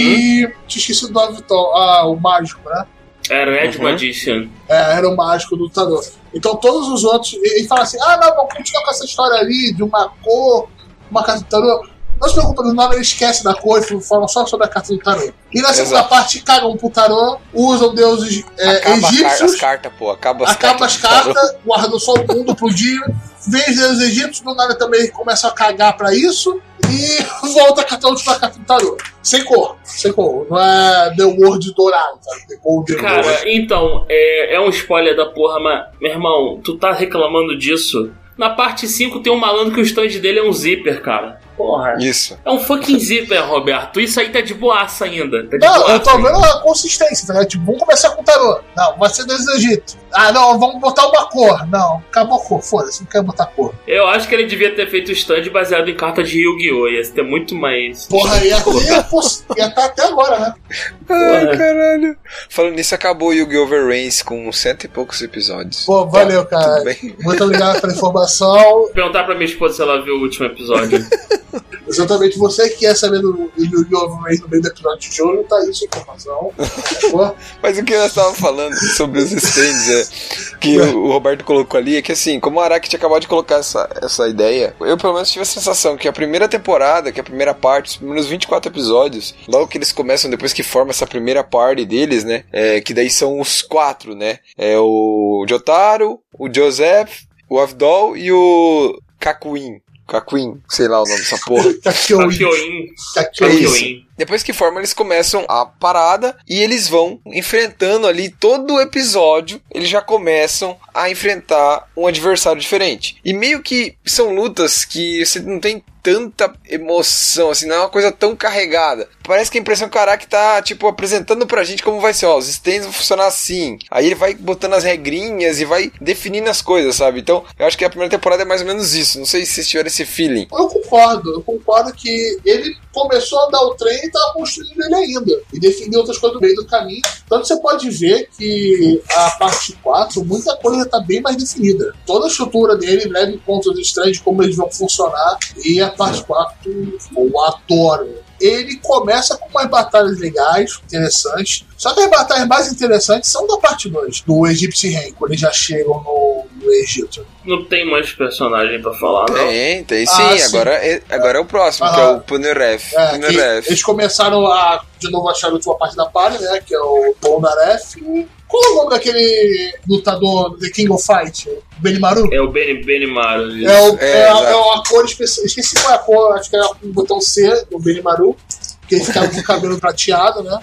S1: E tinha esquecido do Aviton, ah, o mágico, né?
S3: É Red
S2: Uhum.
S3: Magician.
S1: É, era o mágico do tarô. Então todos os outros, ele fala assim: ah, não, vamos continuar com essa história ali de uma cor, uma carta do tarô. Não se preocupa, do nada ele esquece da cor e falam só sobre a carta do tarô. E na segunda
S2: Exato.
S1: parte cagam pro tarô, usam deuses é,
S2: Acaba a car-
S1: egípcios.
S2: as cartas, pô. Acaba as
S1: Acaba
S2: cartas.
S1: as cartas, guardam só o mundo pro dia. Vem os deuses egípcios, do nada também começam a cagar pra isso. E volta a carta última carta do tarô. Sem cor, sem cor. Não é The World dourado, sabe? The Golden World.
S3: Cara, então, é, é um spoiler da porra, mas, meu irmão, tu tá reclamando disso? Na parte cinco tem um malandro que o stand dele é um zíper, cara. Porra.
S2: Isso.
S3: É um fucking zíper, Roberto. Isso aí tá de boaça ainda. Tá de
S1: Não,
S3: boaça
S1: eu tô
S3: ainda.
S1: vendo a consistência, tá ligado? Tipo, vamos começar com o tarô. Não, vai ser Deus do Egito. Ah, não, vamos botar uma cor. Não, acabou a cor, foda-se, não quero botar cor.
S3: Eu acho que ele devia ter feito o stand baseado em carta de Yu-Gi-Oh! Ia ter muito mais.
S1: Porra, ia ter, poss- ia estar até agora, né?
S2: Ai,
S3: Porra.
S2: caralho. Falando nisso, acabou o Yu-Gi-Oh! Overreigns com cento e poucos episódios.
S1: Pô, valeu,
S2: Tá,
S1: cara.
S2: tudo bem.
S1: Muito obrigado pela informação.
S3: Vou perguntar pra minha esposa se ela viu o último episódio.
S1: Exatamente, você que quer saber do Yu-Gi-Oh! Overreigns no meio do episódio de Jojo, tá aí sua informação. Pô,
S2: Mas o que nós estávamos falando sobre os stands é que o, o Roberto colocou ali é que assim, como o Araki tinha acabado de colocar essa, essa ideia, eu pelo menos tive a sensação que a primeira temporada, que a primeira parte, os primeiros vinte e quatro episódios, logo que eles começam, depois que forma essa primeira party deles, né, é, que daí são os quatro, né, é o Jotaro, o Joseph, o Avdol e o Kakuin. Kakuin, sei lá o nome dessa porra.
S1: Kakyoin.
S3: Kakyoin.
S1: Kakyoin.
S2: É isso.
S3: Kakyoin.
S2: Depois que formam, eles começam a parada e eles vão enfrentando ali todo o episódio. Eles já começam a enfrentar um adversário diferente. E meio que são lutas que você não tem tanta emoção, assim, não é uma coisa tão carregada. Parece que a impressão que o Araki tá, tipo, apresentando pra gente como vai ser, ó, os stands vão funcionar assim. Aí ele vai botando as regrinhas e vai definindo as coisas, sabe? Então, eu acho que a primeira temporada é mais ou menos isso. Não sei se vocês tiveram esse feeling.
S1: Eu concordo, eu concordo que ele começou a dar o trem e tava construindo ele ainda. E definiu outras coisas no meio do caminho. Tanto você pode ver que a parte quatro, muita coisa tá bem mais definida. Toda a estrutura dele leva em conta os estranhos, como eles vão funcionar. E a parte quatro, eu adoro. ele começa com umas batalhas legais, interessantes. Só que as batalhas mais interessantes são da parte dois, do Egyptian Reign, quando eles já chegam no, no Egito.
S3: Não tem mais personagem pra falar, não?
S2: Tem, tem sim.
S1: Ah, sim.
S2: Agora, é, agora é o próximo,
S1: Ah,
S2: que é o Punaref.
S1: É,
S2: Punaref.
S1: eles começaram a, de novo, achar a última parte da palha, né? Que é o Polnareff. Qual é o nome daquele lutador do The King of Fight? Benimaru?
S3: É o Beni, Benimaru.
S1: É, o,
S2: É,
S1: é, a,
S2: exato.
S1: é uma cor especial. Esqueci qual é a cor, acho que era o botão C do Benimaru. Que ele ficava com o cabelo prateado, né?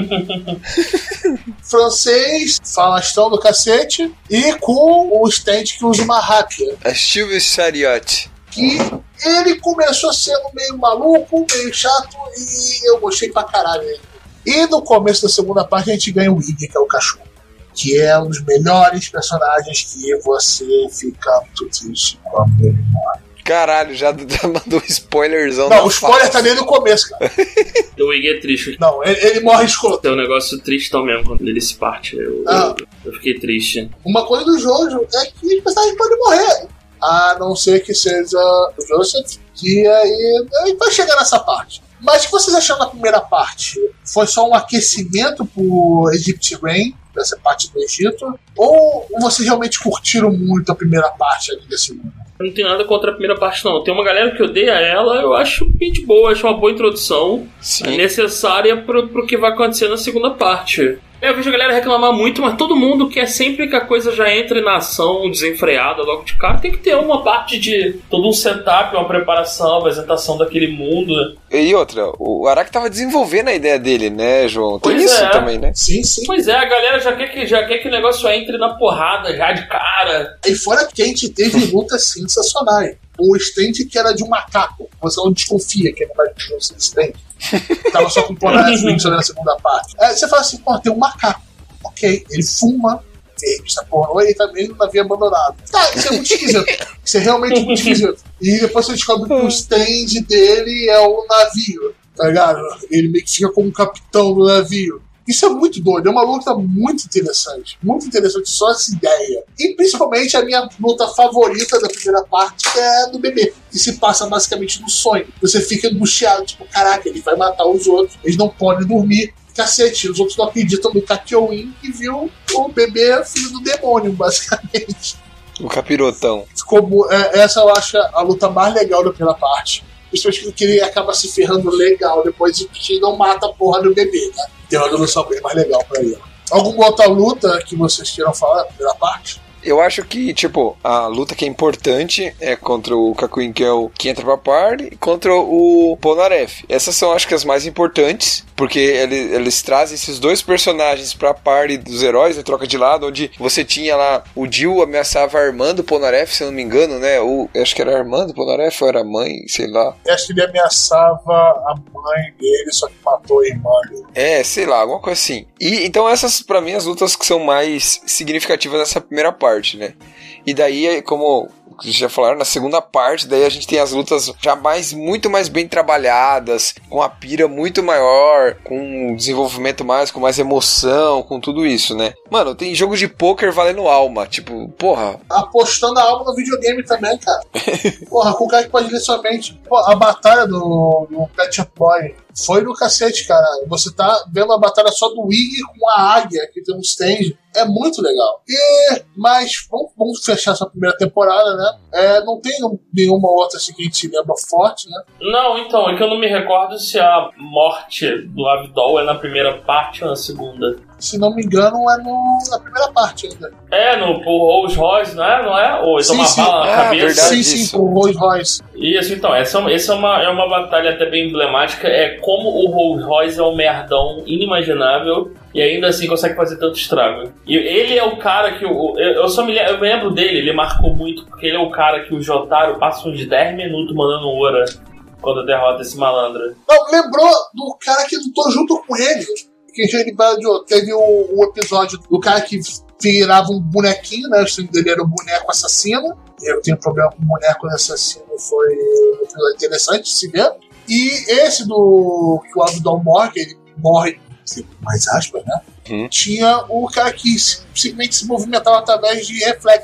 S1: Francês, falastrão do cacete. E com o stand que usa uma rápia.
S2: A Silvio Chariot.
S1: Que ele começou sendo meio maluco, meio chato, e eu gostei pra caralho dele. E no começo da segunda parte a gente ganha o Iggy, que é o cachorro. Que é um dos melhores personagens que você fica muito triste quando ele morre.
S2: Caralho, já, já mandou um spoilerzão.
S1: Não, o spoiler tá nem no começo, cara.
S3: O Iggy é triste.
S1: Não, ele, ele morre escroto.
S3: Tem um negócio tristão mesmo quando ele se parte. Eu,
S1: Ah.
S3: eu, eu fiquei triste.
S1: Uma coisa do Jojo é que os personagens podem morrer. A não ser que seja o Joseph, que aí, aí vai chegar nessa parte. Mas o que vocês acharam da primeira parte? Foi só um aquecimento pro Egypt Reign, dessa parte do Egito? Ou vocês realmente curtiram muito a primeira parte ali da segunda?
S3: Eu não tenho nada contra a primeira parte, não. Tem uma galera que odeia ela, eu acho bem de boa, acho uma boa introdução.
S2: Sim.
S3: É necessária pro, pro que vai acontecer na segunda parte. Eu vejo a galera reclamar muito, mas todo mundo quer sempre que a coisa já entre na ação desenfreada logo de cara. Tem que ter uma parte de todo um setup, uma preparação, apresentação daquele mundo.
S2: E outra, o Araki tava desenvolvendo a ideia dele, né, João? Tem
S3: Pois
S2: isso
S3: é.
S2: também, né?
S1: Sim, sim.
S3: Pois é, a galera já quer que, já quer que o negócio entre na porrada, já de cara.
S1: E fora que a gente teve lutas sensacionais. O stand que era de um macaco. Você não desconfia que ele vai ter um stand. Tava só com o Polnareff na segunda parte. Aí você fala assim, pô, tem um macaco. Ok, ele fuma verde, essa porra. Ele também no navio abandonado. Tá, isso é muito esquisito. Isso é realmente muito esquisito. E depois você descobre que o stand dele é o navio. Tá ligado? Ele meio que fica como capitão do navio. Isso é muito doido, é uma luta muito interessante. Muito interessante, só essa ideia. E principalmente a minha luta favorita da primeira parte, que é a do bebê. Que se passa basicamente no sonho. Você fica angustiado, tipo, caraca, ele vai matar os outros, eles não podem dormir. Cacete, os outros não acreditam no Kakyoin, que viu o bebê filho do demônio, basicamente.
S2: O capirotão.
S1: Ficou, é, essa eu acho a luta mais legal da primeira parte. Principalmente porque ele acaba se ferrando legal depois de que não mata a porra do bebê, né? Tem uma resolução bem mais legal pra ele. Alguma outra luta que vocês queiram falar da primeira parte?
S2: Eu acho que, tipo, a luta que é importante é contra o Kakyoin, que é o que entra pra par, e contra o Polnareff. Essas são, acho que, as mais importantes, porque eles, eles trazem esses dois personagens pra par dos heróis, em troca de lado, onde você tinha lá, o Jill ameaçava Armando Polnareff, se eu não me engano, né? O, eu acho que era Armando Polnareff ou era a mãe, sei lá.
S1: Eu acho que ele ameaçava a mãe dele, só que matou a irmã dele.
S2: É, sei lá, alguma coisa assim. E então essas, pra mim, as lutas que são mais significativas nessa primeira parte, né? E daí, como já falaram, na segunda parte, daí a gente tem as lutas já mais, muito mais bem trabalhadas, com a pira muito maior, com um desenvolvimento mais, com mais emoção, com tudo isso, né? Mano, tem jogo de pôquer valendo alma, tipo, porra.
S1: Apostando a alma no videogame também, cara. Porra, com o cara que pode ler sua mente. Pô, a batalha do, do Pet Shop Boy foi do cacete, cara. Você tá vendo a batalha só do Iggy com a águia, que tem um stand. É muito legal. E, mas vamos, vamos fechar essa primeira temporada, né? É, não tem nenhuma outra assim que a gente se lembra forte, né?
S3: Não, então, é que eu não me recordo se a morte do Abdol é na primeira parte ou na segunda.
S1: Se não me engano, é no, na primeira parte ainda.
S3: É, no Rolls Royce, não é? Não é? Ou ele toma uma bala na
S2: Ah,
S3: cabeça?
S2: verdade.
S1: Sim, sim,
S2: isso.
S1: com o Rolls Royce.
S3: Isso, então, essa, essa é, uma, é uma batalha até bem emblemática. É como o Rolls Royce é um merdão inimaginável e ainda assim consegue fazer tanto estrago. E ele é o cara que... Eu, eu só me lembro, eu me lembro dele, ele marcou muito, porque ele é o cara que o Jotaro passa uns dez minutos mandando Ora quando derrota esse malandro.
S1: Não, lembrou do cara que lutou junto com ele. Que ele teve o, o episódio do cara que virava um bonequinho, né? O estilo dele era o boneco assassino. Eu tenho problema com o boneco assassino, foi um episódio interessante de se ver. E esse do que o Abdul morre, que ele morre, mais aspas, né?
S2: Hum.
S1: Tinha o cara que simplesmente se movimentava através de reflexos.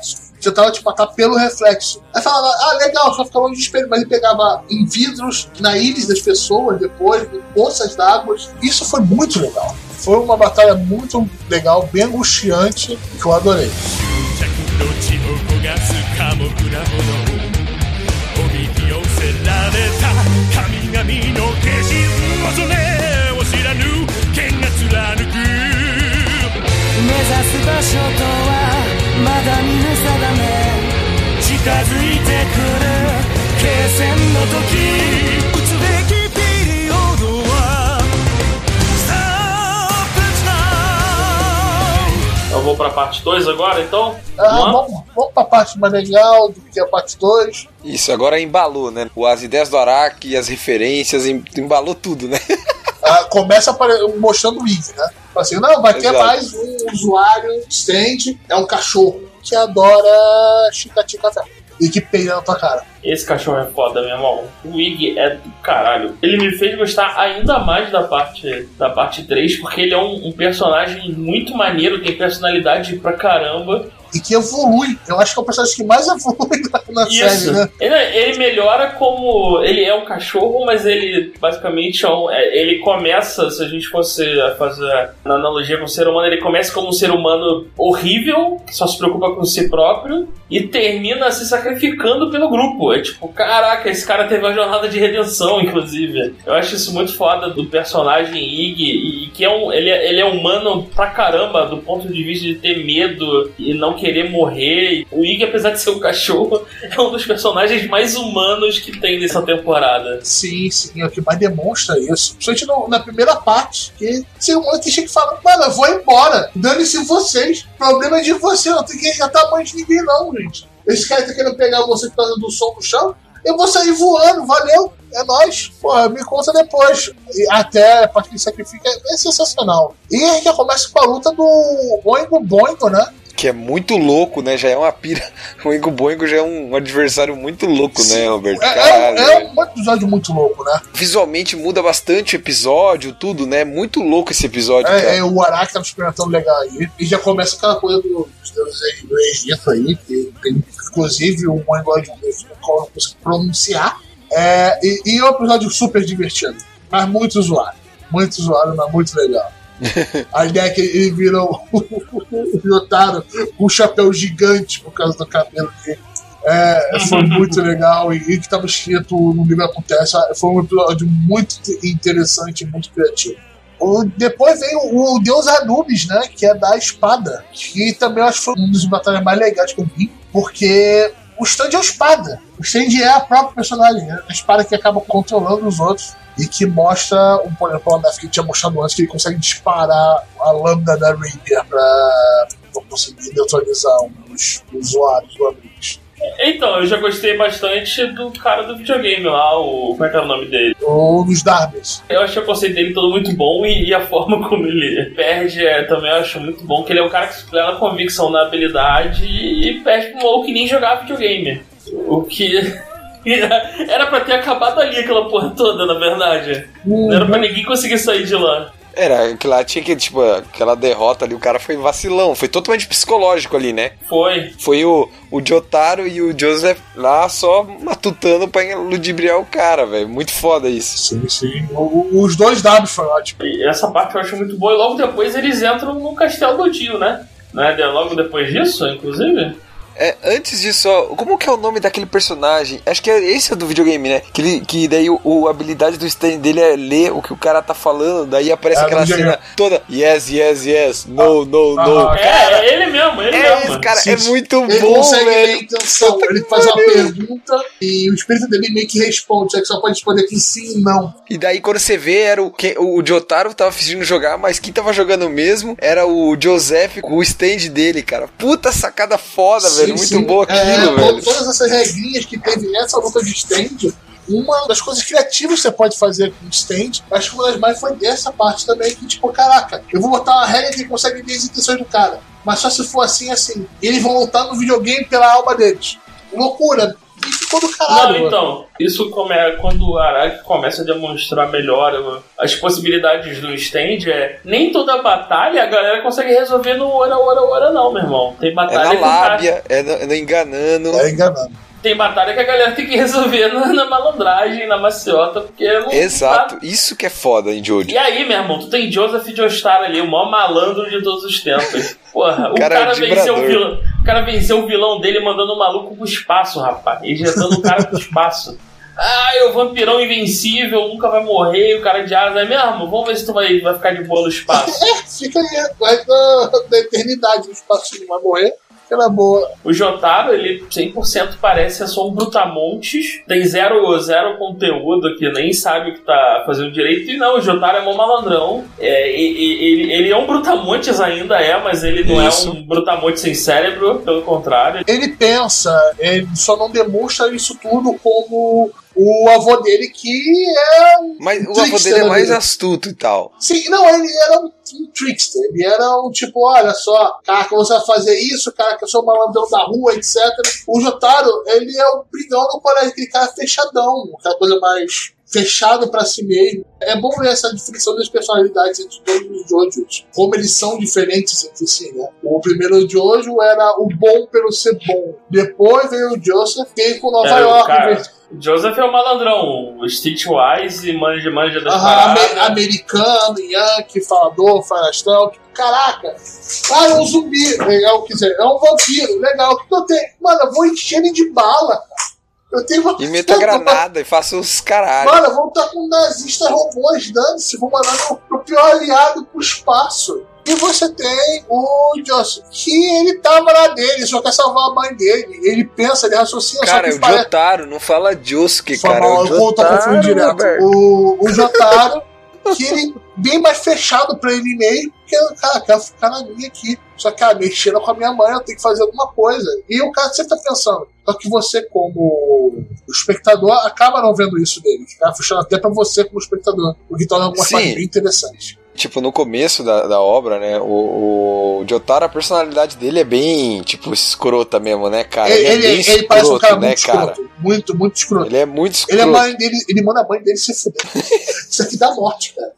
S1: tentava te matar pelo reflexo. Aí falava, ah, legal, só ficava longe de espelho, mas ele pegava em vidros, na íris das pessoas, depois, em poças d'água. Isso foi muito legal. Foi uma batalha muito legal, bem angustiante, que eu adorei.
S3: Eu vou pra parte dois agora, então?
S1: Ah, vamos, vamos pra parte mais legal do que a parte dois.
S2: Isso, agora embalou, né? As ideias do Araki e as referências, embalou tudo, né?
S1: Ah, começa apare... mostrando o Ig, né? Assim, não, vai ter
S2: Exato.
S1: mais um usuário stand, é um cachorro que adora chicati café e que peida na tua cara.
S3: Esse cachorro é foda, meu irmão. O Ig é do caralho. Ele me fez gostar ainda mais da parte, da parte três, porque ele é um, um personagem muito maneiro, tem personalidade pra caramba.
S1: E que evolui. Eu acho que é o personagem que mais evolui na
S3: Isso.
S1: série, né?
S3: Ele, ele melhora como... Ele é um cachorro, mas ele basicamente é um, é, ele começa, se a gente fosse fazer na analogia com o ser humano, ele começa como um ser humano horrível, que só se preocupa com si próprio, e termina se sacrificando pelo grupo. É tipo, caraca, esse cara teve uma jornada de redenção, inclusive. Eu acho isso muito foda do personagem Ig, e que é um, ele, é, ele é humano pra caramba, do ponto de vista de ter medo e não querer morrer. O Ig, apesar de ser um cachorro, é um dos personagens mais humanos que tem nessa temporada.
S1: Sim, sim, é o que mais demonstra isso. Principalmente no, na primeira parte, que ser humano que chega e fala, mano, eu vou embora, dane-se vocês, problema é de você, não tem que resgatar a mãe de ninguém não, gente. Esse cara tá querendo pegar você por causa do som no chão, eu vou sair voando, valeu, é nóis. Porra, me conta depois. E até a parte que ele sacrifica é sensacional. E aí já começa com a luta do Boingo Boingo, né?
S2: Que é muito louco, né? Já é uma pira. O Oingo Boingo já é um adversário muito louco, sim, né, Roberto?
S1: É,
S2: Caralho,
S1: é, é um episódio muito louco, né?
S2: Visualmente muda bastante o episódio, tudo, né? Muito louco esse episódio,
S1: é,
S2: cara.
S1: É, o Araki tava experimentando legal aí. E já começa aquela coisa do, dos deuses do Egito aí, que tem inclusive um negócio de um deus que eu não consigo pronunciar. É, e, e é um episódio super divertido, mas muito zoado. Muito zoado, mas muito legal. A ideia é que ele vira o, o Yotaro com um chapéu gigante por causa do cabelo dele. É, foi muito legal. E, e que estava escrito no livro Acontece. Foi um episódio muito interessante, muito criativo. O, depois vem o, o Deus Anubis, né? Que é da espada. Que também eu acho que foi um dos batalhas mais legais que eu vi. Porque o stand é a espada. O stand é a própria personagem. Né? A espada que acaba controlando os outros. E que mostra, um por exemplo, que tinha mostrado antes, que ele consegue disparar a lâmina da Rapier pra, pra conseguir neutralizar um dos usuários do Anubis.
S3: Então, eu já gostei bastante do cara do videogame lá, o... como é que era o nome dele?
S1: Ou dos Darbys.
S3: Eu achei o conceito dele todo muito bom e, e a forma como ele perde é, também eu acho muito bom, que ele é um cara que plena convicção na habilidade e perde pro maluco que nem jogava videogame. O que... Era pra ter acabado ali aquela porra toda, na verdade. Uhum. Não era pra ninguém conseguir sair de lá.
S2: Era, que lá tinha que, tipo, aquela derrota ali, o cara foi vacilão, foi totalmente psicológico ali, né?
S3: Foi.
S2: Foi o, o Jotaro e o Joseph lá só matutando pra ludibriar o cara, velho. Muito foda isso.
S1: Sim, sim. O, os dois W foram ótimos.
S3: E essa parte eu acho muito boa, e logo depois eles entram no castelo do Dio, né? né? Logo depois disso, inclusive.
S2: É, antes disso, ó, como que é o nome daquele personagem? Acho que é esse do videogame, né? Que, ele, que daí o, o a habilidade do stand dele é ler o que o cara tá falando, daí aparece é, aquela cena toda yes, yes, yes, no, no,
S1: ah,
S2: no.
S1: Ah,
S3: é, é ele mesmo, ele
S2: é
S3: mesmo.
S2: Esse, cara,
S1: sim,
S2: é muito
S1: ele
S2: bom,
S1: consegue
S2: velho.
S1: ler a intenção, ele faz uma pergunta e o espírito dele meio que responde, só que só pode responder que sim e não.
S2: E daí quando você vê, era o, que, o Jotaro tava fingindo jogar, mas quem tava jogando mesmo era o Joseph com o stand dele, cara. Puta sacada foda, sim, velho, muito
S1: sim.
S2: boa aquilo,
S1: é,
S2: velho.
S1: Todas essas regrinhas que teve nessa luta de stand, uma das coisas criativas que você pode fazer com o stand, acho que uma das mais foi dessa parte também, que tipo, caraca, eu vou botar uma regra que consegue ver as intenções do cara, mas só se for assim, assim, eles vão lutar no videogame pela alma deles. Loucura. e ficou do caralho.
S3: Não, então, isso come, quando o Araki começa a demonstrar melhor as possibilidades do stand, é nem toda batalha a galera consegue resolver no hora, hora, hora não, meu irmão. Tem batalha
S2: é na lábia, é, no, é no enganando.
S1: É enganando.
S3: Tem batalha que a galera tem que resolver na, na malandragem, na maciota, porque não...
S2: Exato,
S3: tá...
S2: isso que é foda em Jojo.
S3: E aí, meu irmão, tu tem Joseph Joestar ali, o maior malandro de todos os tempos. Porra, o cara, cara venceu o vilão. O cara venceu o vilão dele mandando o maluco pro espaço, rapaz. Injetando o cara pro espaço. Ah, o vampirão invencível, nunca vai morrer, o cara de asa é mesmo? Vamos ver se tu vai, vai ficar de boa no espaço.
S1: É, fica aí, vai da, da eternidade no espaço, não vai morrer. Ela é boa.
S3: O Jotaro, ele cem por cento parece só um brutamontes, tem zero, zero conteúdo aqui, nem sabe o que tá fazendo direito. E não, o Jotaro é mó malandrão. É, ele, ele é um brutamontes ainda, é, mas ele não isso. é um brutamontes sem cérebro, pelo contrário.
S1: Ele pensa, ele só não demonstra isso tudo como o avô dele, que é um
S2: Mas o avô dele é mais dele. astuto e tal.
S1: Sim, não, ele era um, um trickster. Ele era um tipo, olha só, cara, que você vai fazer isso, cara, que eu sou o malandrão da rua, etcétera. O Jotaro, ele é o brigão no colégio, aquele cara fechadão, aquela coisa mais fechado pra si mesmo. É bom ver essa definição das personalidades entre todos os Jojos, como eles são diferentes entre si, né? O primeiro Jojo era o bom pelo ser bom. Depois veio o Joseph, veio com Nova é, York.
S3: Cara, Joseph é o malandrão, o Streetwise e manja, manja das
S1: Aham, paradas. Americano, Yankee, falador, falastrão. Caraca, ah, é um zumbi, legal, quer dizer, é um vampiro, legal, o que eu tenho? Mano, eu vou encher ele de bala, cara. Eu tenho uma...
S2: E meta granada e faço os caralho.
S1: Mano, eu vou estar com um nazista robôs, dane-se, vou mandar o pior aliado pro espaço. E você tem o Joseph, que ele tava lá dele, só quer salvar a mãe dele. Ele pensa, ele raciocina.
S2: Cara,
S1: só que
S2: é o parece... Jotaro, não fala Josuke, cara.
S1: Mal, é o Jotaro, direto. O, o Jotaro, que ele bem mais fechado pra ele mesmo, porque o cara quer ficar na minha aqui. Só que, ah, mexendo com a minha mãe, eu tenho que fazer alguma coisa. E o cara sempre tá pensando. Só que você, como espectador, acaba não vendo isso dele. Fica fechando até pra você, como espectador. O que torna algumas partes bem interessantes.
S2: Tipo, no começo da, da obra, né, o, o Jotaro, a personalidade dele é bem, tipo, escrota mesmo, né, cara?
S1: Ele,
S2: ele, é
S1: ele,
S2: bem
S1: ele
S2: escroto,
S1: parece um cara
S2: né,
S1: muito
S2: cara?
S1: escroto. Muito, muito escroto.
S2: Ele é muito escroto.
S1: Ele, é mãe dele, ele manda a mãe dele se fuder. Isso aqui dá morte, cara.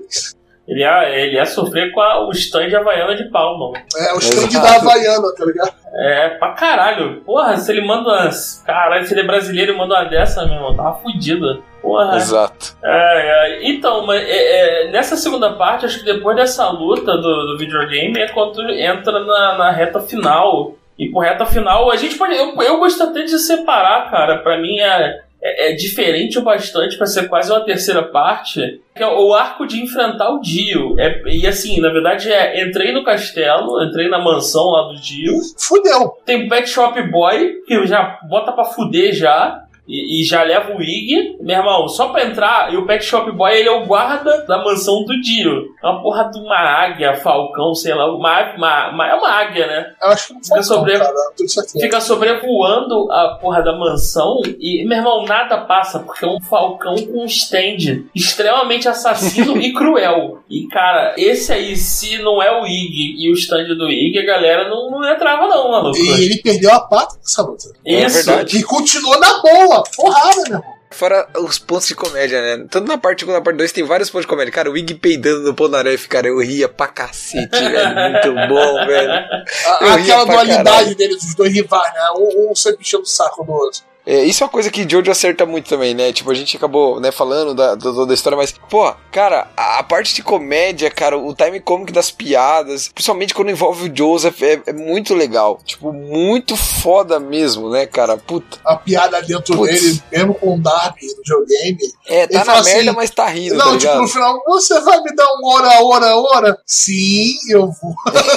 S3: Ele ia, ele ia sofrer com a, o stand de Havaiana de pau, mano.
S1: É, o stand Exato. da Havaiana, tá ligado?
S3: É, pra caralho. Porra, se ele manda umas... Caralho, se ele é brasileiro e manda uma dessa, meu irmão, tava fudido. Porra.
S2: Exato.
S3: É, é, então, mas é, é, nessa segunda parte, acho que depois dessa luta do, do videogame é quando entra na, na reta final. E por reta final, a gente pode... Eu, eu gosto até de separar, cara. Pra mim é... É, é diferente o bastante pra ser quase uma terceira parte, que é o arco de enfrentar o Dio. É, e assim, na verdade, é entrei no castelo, entrei na mansão lá do Dio.
S1: Fudeu!
S3: Tem o Pet Shop Boy, que já bota pra fuder já. E, e já leva o Iggy, meu irmão, só pra entrar, e o Pet Shop Boy, ele é o guarda da mansão do Dio. É uma porra de uma águia, falcão, sei lá, uma, uma, uma, é uma águia, né?
S1: Eu acho que não
S3: fica,
S1: falcão,
S3: sobre,
S1: cara, tudo certo.
S3: Fica sobrevoando a porra da mansão e, meu irmão, nada passa, porque é um falcão com um stand extremamente assassino e cruel. E, cara, esse aí, se não é o Iggy e o stand do Iggy, a galera não, não entrava não, maluco.
S1: E ele perdeu a pata nessa luta.
S3: Isso.
S2: É verdade.
S1: E continuou na boa. Porrada, meu irmão.
S2: Fora os pontos de comédia, né? Tanto na parte um quanto na parte dois tem vários pontos de comédia. Cara, o Iggy peidando no Polnareff, cara, eu ria pra cacete, velho. Muito bom, velho.
S1: A, aquela dualidade caralho. deles, dos dois rivais, né? Um, um sempre enchendo o saco do outro.
S2: É, isso é uma coisa que Jojo acerta muito também, né? Tipo, a gente acabou, né, falando da, da, da história, mas, pô, cara, a, a parte de comédia, cara, o time comic das piadas, principalmente quando envolve o Joseph, é, é muito legal. Tipo, muito foda mesmo, né, cara? Puta.
S1: A piada dentro Putz. dele, mesmo com o Darby no videogame.
S2: É, tá na merda, assim, mas tá rindo,
S1: não,
S2: tá ligado?
S1: Tipo, no final, você vai me dar um hora, hora, hora? Sim, eu vou.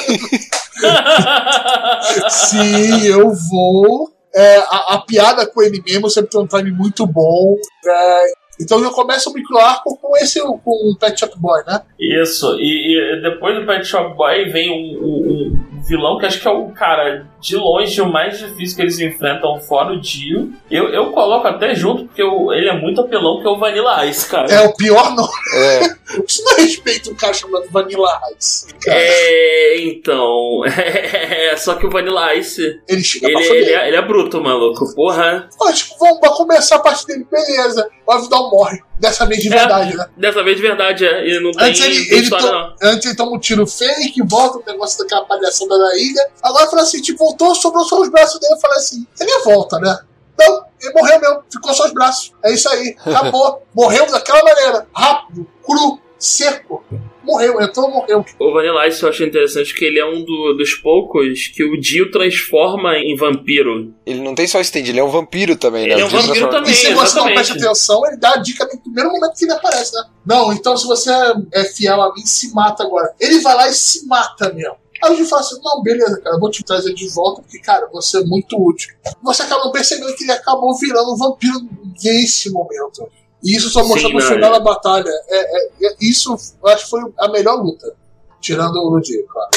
S1: Sim, eu vou. É, a, a piada com ele mesmo sempre tem um time muito bom. É, Então já começa o micro-arco com esse, com o Pet Shop Boy, né?
S3: Isso, e, e depois do Pet Shop Boy vem um, um, um vilão que acho que é o cara, de longe, o mais difícil que eles enfrentam fora o Dio. Eu, eu coloco até junto, porque eu, ele é muito apelão, que é o Vanilla Ice, cara.
S1: É o pior não.
S2: É.
S1: Você não respeita um cara chamado Vanilla Ice. Cara.
S3: É, então. É, só que o Vanilla Ice.
S1: Ele chega
S3: ele,
S1: pra foder.
S3: ele, é, ele é bruto, maluco. Porra.
S1: Ó, tipo, vamos começar a parte dele, beleza. O Avidal morre. Dessa vez de verdade,
S3: é,
S1: né?
S3: Dessa vez de verdade, é. E não tem,
S1: antes ele,
S3: tem
S1: ele
S3: história,
S1: to-
S3: não.
S1: Antes ele toma um tiro fake, volta o negócio daquela palhaçada da ilha. Agora fala assim, tipo, voltou, sobrou só os braços dele. Eu falei assim, ele volta, né? Não, ele morreu mesmo, ficou só os braços. É isso aí, acabou. Morreu daquela maneira, rápido, cru, seco. Morreu, entrou, morreu.
S3: O Vanilla Ice eu acho interessante que ele é um do, dos poucos que o Dio transforma em vampiro.
S2: Ele não tem só stand, ele é um vampiro também, né?
S3: Ele é um
S2: Dio
S3: vampiro
S2: transforma-
S3: também.
S1: E se você não
S3: exatamente.
S1: presta atenção, ele dá a dica no primeiro momento que ele aparece, né? Não, então se você é fiel a mim, se mata agora. Ele vai lá e se mata mesmo. Aí o Dio fala assim, não, beleza, cara, eu vou te trazer de volta, porque, cara, você é muito útil. Você acaba percebendo que ele acabou virando um vampiro nesse momento. E isso só mostra
S3: Sim,
S1: no
S3: não,
S1: final
S3: é.
S1: da batalha. É, é, é- isso, eu acho que foi a melhor luta. Tirando o Dio, claro.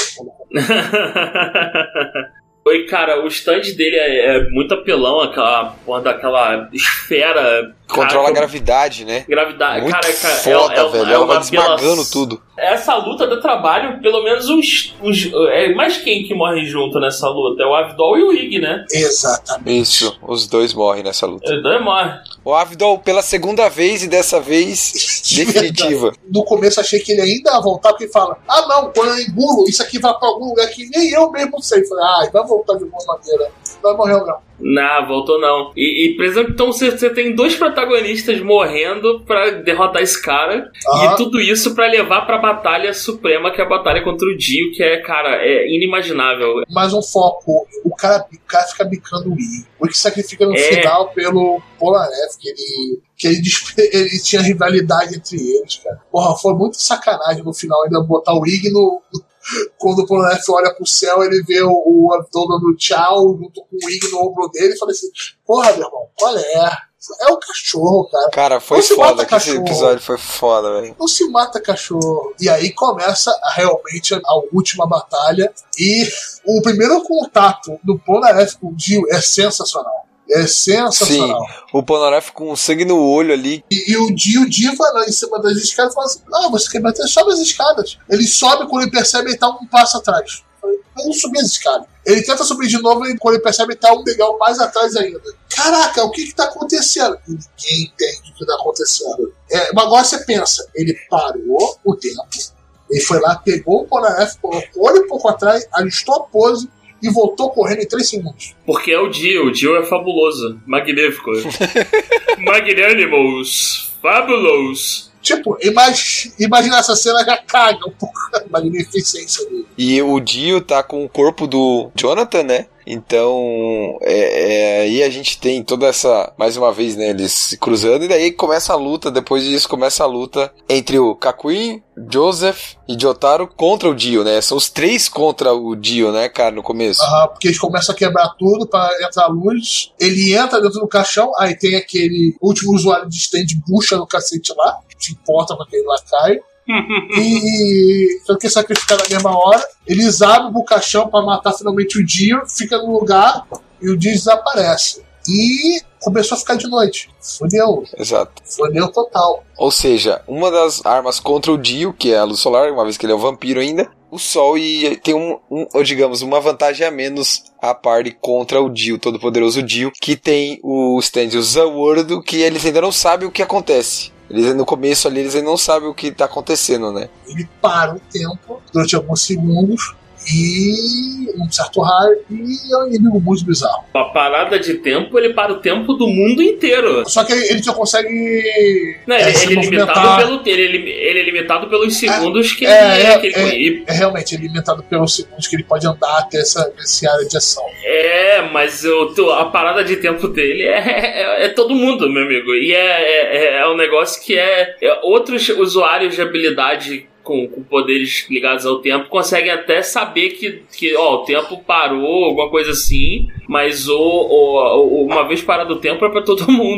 S3: Oi, cara, o stand dele é, é muito apelão, aquela porra daquela esfera.
S2: Controla
S3: cara,
S2: a gravidade, né?
S3: Gravidade.
S2: Muito
S3: cara, cara,
S2: foda,
S3: é, é,
S2: velho.
S3: é
S2: Ela
S3: uma
S2: vai desmagando
S3: apelação.
S2: tudo.
S3: Essa luta dá trabalho, pelo menos uns, uns. É mais quem que morre junto nessa luta? É o Avidol e o Ig, né?
S1: Exatamente.
S2: Isso, os dois morrem nessa luta.
S3: Os dois morrem.
S2: O Avidol pela segunda vez e dessa vez
S1: De
S2: definitiva.
S1: verdade. No começo achei que ele ainda ia voltar, porque ele fala: ah, não, quando eu engulo, isso aqui vai pra algum lugar que nem eu mesmo sei. Eu falei: ah, vai voltar de alguma maneira. Não morreu, não.
S3: Não, voltou não. E, e por exemplo, então você, você tem dois protagonistas morrendo pra derrotar esse cara.
S1: Ah.
S3: E tudo isso pra levar pra batalha suprema, que é a batalha contra o Dio, que é, cara, é inimaginável.
S1: Mais um foco. O cara, o cara fica bicando o Ig. O Ig sacrifica no
S3: É.
S1: final pelo Polnareff, que ele. Que ele, despe- ele tinha rivalidade entre eles, cara. Porra, foi muito sacanagem no final ainda botar o Ig no. Quando o Polnareff olha pro céu, ele vê o, o Abdul dando tchau junto com o Ig no ombro dele e fala assim: porra, meu irmão, qual é? É o cachorro, cara.
S2: Cara, foi
S1: Não se
S2: foda.
S1: mata
S2: Que esse
S1: cachorro.
S2: episódio foi foda, velho.
S1: Não se mata cachorro. E aí começa a, realmente a última batalha. E o primeiro contato do Polnareff com o Dio é sensacional. É sensacional.
S2: Sim, o Polnareff com sangue no olho ali.
S1: E, e o Dio, o Dio vai lá em cima das escadas e fala assim: ah, você quer bater? Sobe as escadas. Ele sobe, quando ele percebe, ele tá um passo atrás. Eu não subi as escadas. Ele tenta subir de novo e quando ele percebe, ele tá um degrau mais atrás ainda. Caraca, o que que tá acontecendo? E ninguém entende o que tá acontecendo. É, mas agora você pensa, ele parou o tempo, ele foi lá, pegou o Polnareff, colocou ele um pouco atrás, alistou a pose e voltou correndo em três segundos.
S3: Porque é o Dio, o Dio é fabuloso, magnífico. Magnanimous, fabulous.
S1: Tipo, imag- imagina essa cena, já caga um pouco a magnificência dele.
S2: E o Dio tá com o corpo do Jonathan, né? Então, é, é, aí a gente tem toda essa, mais uma vez, né, eles se cruzando, e daí começa a luta, depois disso começa a luta entre o Kakuin, Joseph e Jotaro contra o Dio, né? São os três contra o Dio, né, cara, no começo.
S1: Aham, porque eles começam a quebrar tudo pra entrar a luz. Ele entra dentro do caixão, aí tem aquele último usuário de stand bucha no cacete lá, se importa com aquele lacaio. E só que sacrificar na mesma hora. Eles abrem o caixão pra matar finalmente o Dio, fica no lugar e o Dio desaparece. E começou a ficar de noite. Fudeu.
S2: Exato.
S1: Fudeu total.
S2: Ou seja, uma das armas contra o Dio, que é a luz solar, uma vez que ele é um vampiro ainda, o Sol, e tem um, um ou digamos, uma vantagem a menos a party contra o Dio, todo poderoso Dio, que tem o stand, o Zawordo, que eles ainda não sabem o que acontece. Eles, no começo ali, eles ainda não sabem o que tá acontecendo, né?
S1: Ele para o tempo durante alguns segundos e um certo raio e é um inimigo muito bizarro.
S3: A parada de tempo, ele para o tempo do mundo inteiro.
S1: Só que ele só consegue.
S3: Não,
S1: é,
S3: ele,
S1: se
S3: ele, é limitado
S1: movimentar.
S3: pelo, ele, ele, ele é limitado pelos segundos que
S1: é,
S3: ele,
S1: é,
S3: que ele
S1: é,
S3: e-
S1: é realmente ele é limitado pelos segundos que ele pode andar até essa, essa área de ação.
S3: É, mas eu, tô- a parada de tempo dele é, é, é todo mundo, meu amigo. E é, é, é um negócio que é, é outros usuários de habilidade com, com poderes ligados ao tempo conseguem até saber que, que ó, o tempo parou, alguma coisa assim, mas o, o, o- uma vez parado o tempo é pra todo mundo.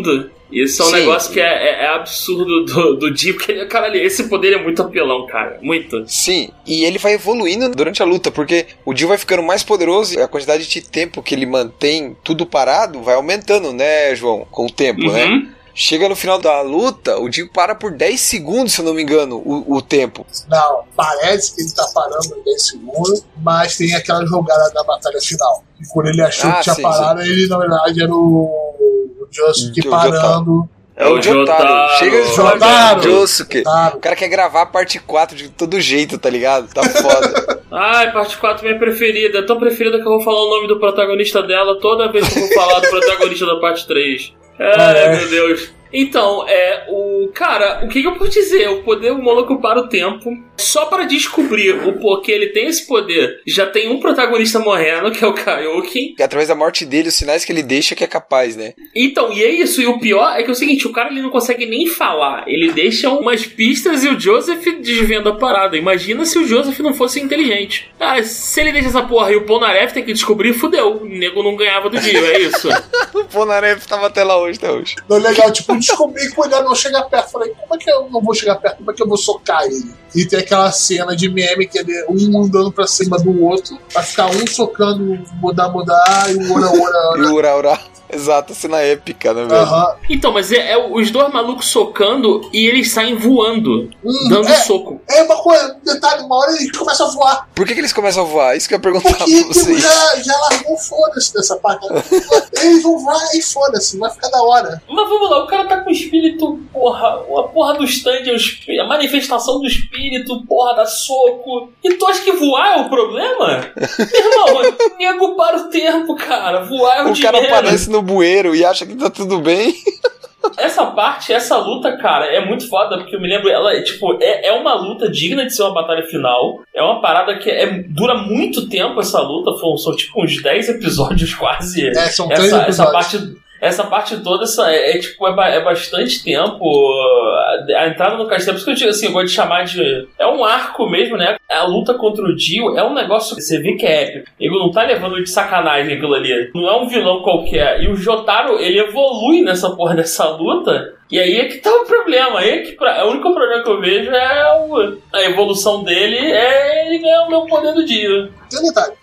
S3: Isso é um
S2: Sim.
S3: negócio que é, é, é absurdo do, do Dio, porque, caralho, esse poder é muito apelão, cara. Muito.
S2: Sim, e ele vai evoluindo durante a luta, porque o Dio vai ficando mais poderoso e a quantidade de tempo que ele mantém tudo parado vai aumentando, né, João? Com o tempo,
S3: Uhum.
S2: né? Chega no final da luta, o Dio para por dez segundos, se eu não me engano, o, o tempo.
S1: Não, parece que ele tá parando em dez segundos, mas tem aquela jogada da batalha final. E quando ele achou
S2: Ah,
S1: que tinha
S2: sim,
S1: parado, ele na verdade era o, o Josuke
S2: O
S1: parando.
S2: É o
S3: o
S2: Jotaro.
S3: Jotaro.
S2: Chega de falar
S1: Jotaro.
S2: Josuke.
S1: Jotaro.
S2: O cara quer gravar a parte quatro de todo jeito, tá ligado? Tá foda.
S3: Ai, parte quatro minha preferida. É tão preferida que eu vou falar o nome do protagonista dela toda vez que eu vou falar do protagonista da parte três. Ai,
S1: É.
S3: meu Deus. Então, é o... Cara, o que, que eu posso dizer? O poder, o maluco para o tempo. Só para descobrir o porquê ele tem esse poder, já tem um protagonista morrendo, que é o Kaioken.
S2: Através da morte dele, os sinais que ele deixa que é capaz, né?
S3: Então, e é isso. E o pior é que é o seguinte, o cara ele não consegue nem falar. Ele deixa umas pistas e o Joseph desvenda a parada. Imagina se o Joseph não fosse inteligente. Ah, se ele deixa essa porra e o Polnareff tem que descobrir, fudeu. O nego não ganhava do dia, é isso.
S2: O Polnareff tava até lá hoje, até hoje.
S1: Não, legal, tipo, descobri que o olhar não chega perto. Falei, como é que eu não vou chegar perto? Como é que eu vou socar ele? E tem aquela cena de meme que ele, um andando pra cima do outro, vai ficar um socando, mudar, mudar, e o ora, ora,
S2: E
S1: ora.
S2: o Ura Ura. Exato, cena épica, né, velho?
S1: Aham.
S3: Então, mas é, é os dois malucos socando e eles saem voando,
S1: Hum,
S3: dando
S1: é,
S3: soco.
S1: É uma coisa, um detalhe, uma hora eles começam a voar.
S2: Por que, que eles começam a voar? Isso que eu ia perguntar
S1: Porque
S2: pra
S1: tipo,
S2: vocês.
S1: já, já largou foda-se dessa parte. Eles vão voar e foda-se, vai ficar da hora.
S3: Mas vamos lá, o cara tá com o espírito, porra, a porra do stand, é o espí- a manifestação do espírito, porra, dá soco. E tu acha que voar é o problema? Irmão, nego para o tempo, cara. Voar é o,
S2: O
S3: de
S2: cara
S3: menos.
S2: aparece no bueiro e acha que tá tudo bem.
S3: Essa parte, essa luta, cara, é muito foda, porque eu me lembro, ela, tipo, é, é uma luta digna de ser uma batalha final. É uma parada que é, dura muito tempo essa luta, são, são tipo uns dez episódios quase.
S1: É, são três
S3: essa,
S1: episódios.
S3: essa parte. Essa parte toda essa, é, é, tipo, é, ba- é bastante tempo. A, a entrada no castelo, por isso que eu digo assim, eu gosto de chamar de. É um arco mesmo, né? A luta contra o Dio é um negócio que você vê que é épico. Ele não tá levando de sacanagem aquilo ali. Não é um vilão qualquer. E o Jotaro, ele evolui nessa porra dessa luta. E aí é que tá o problema. Aí é que pra, o único problema que eu vejo é o, a evolução dele é ele ganhar o meu poder do dia.
S1: Tem um detalhe,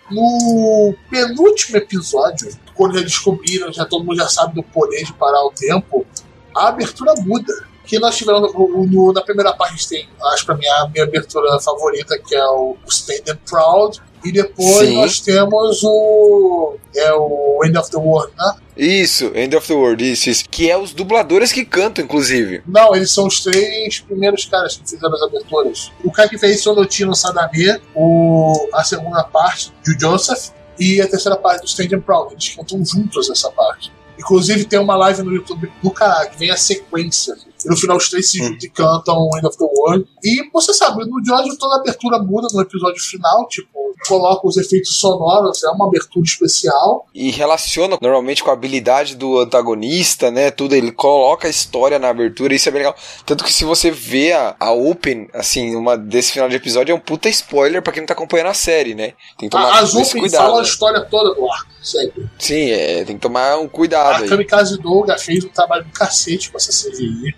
S1: no penúltimo episódio, quando já descobriram, já todo mundo já sabe do poder de parar o tempo, a abertura muda. Que nós tivemos no, no, na primeira parte, a gente tem, acho pra mim, a minha abertura favorita, que é o, o Stand and Proud. E depois
S2: Sim.
S1: nós temos o. É o End of the World, né?
S2: Isso, End of the World, isso, isso. Que é os dubladores que cantam, inclusive.
S1: Não, eles são os três primeiros caras que fizeram as aberturas. O cara que fez Sonotino Sadame, o, a segunda parte de Joseph e a terceira parte do Stand and Proud. Eles cantam juntos essa parte. Inclusive tem uma live no YouTube do caralho, que vem a sequência. E no final os três se juntam e cantam End of the World. E você sabe, no Jojo toda a abertura muda no episódio final, tipo, coloca os efeitos sonoros, é uma abertura especial.
S2: E relaciona normalmente com a habilidade do antagonista, né? Tudo, ele coloca a história na abertura, isso é bem legal. Tanto que se você vê a, a Open, assim, uma desse final de episódio, é um puta spoiler pra quem não tá acompanhando a série, né? Tem que tomar
S1: A, as
S2: esse
S1: Open
S2: cuidado.
S1: falam a
S2: Né?
S1: história toda do arco, sempre.
S2: Sim, é, tem que tomar um cuidado
S1: A
S2: aí.
S1: Kamikaze Douga fez um trabalho do cacete com essa C G I.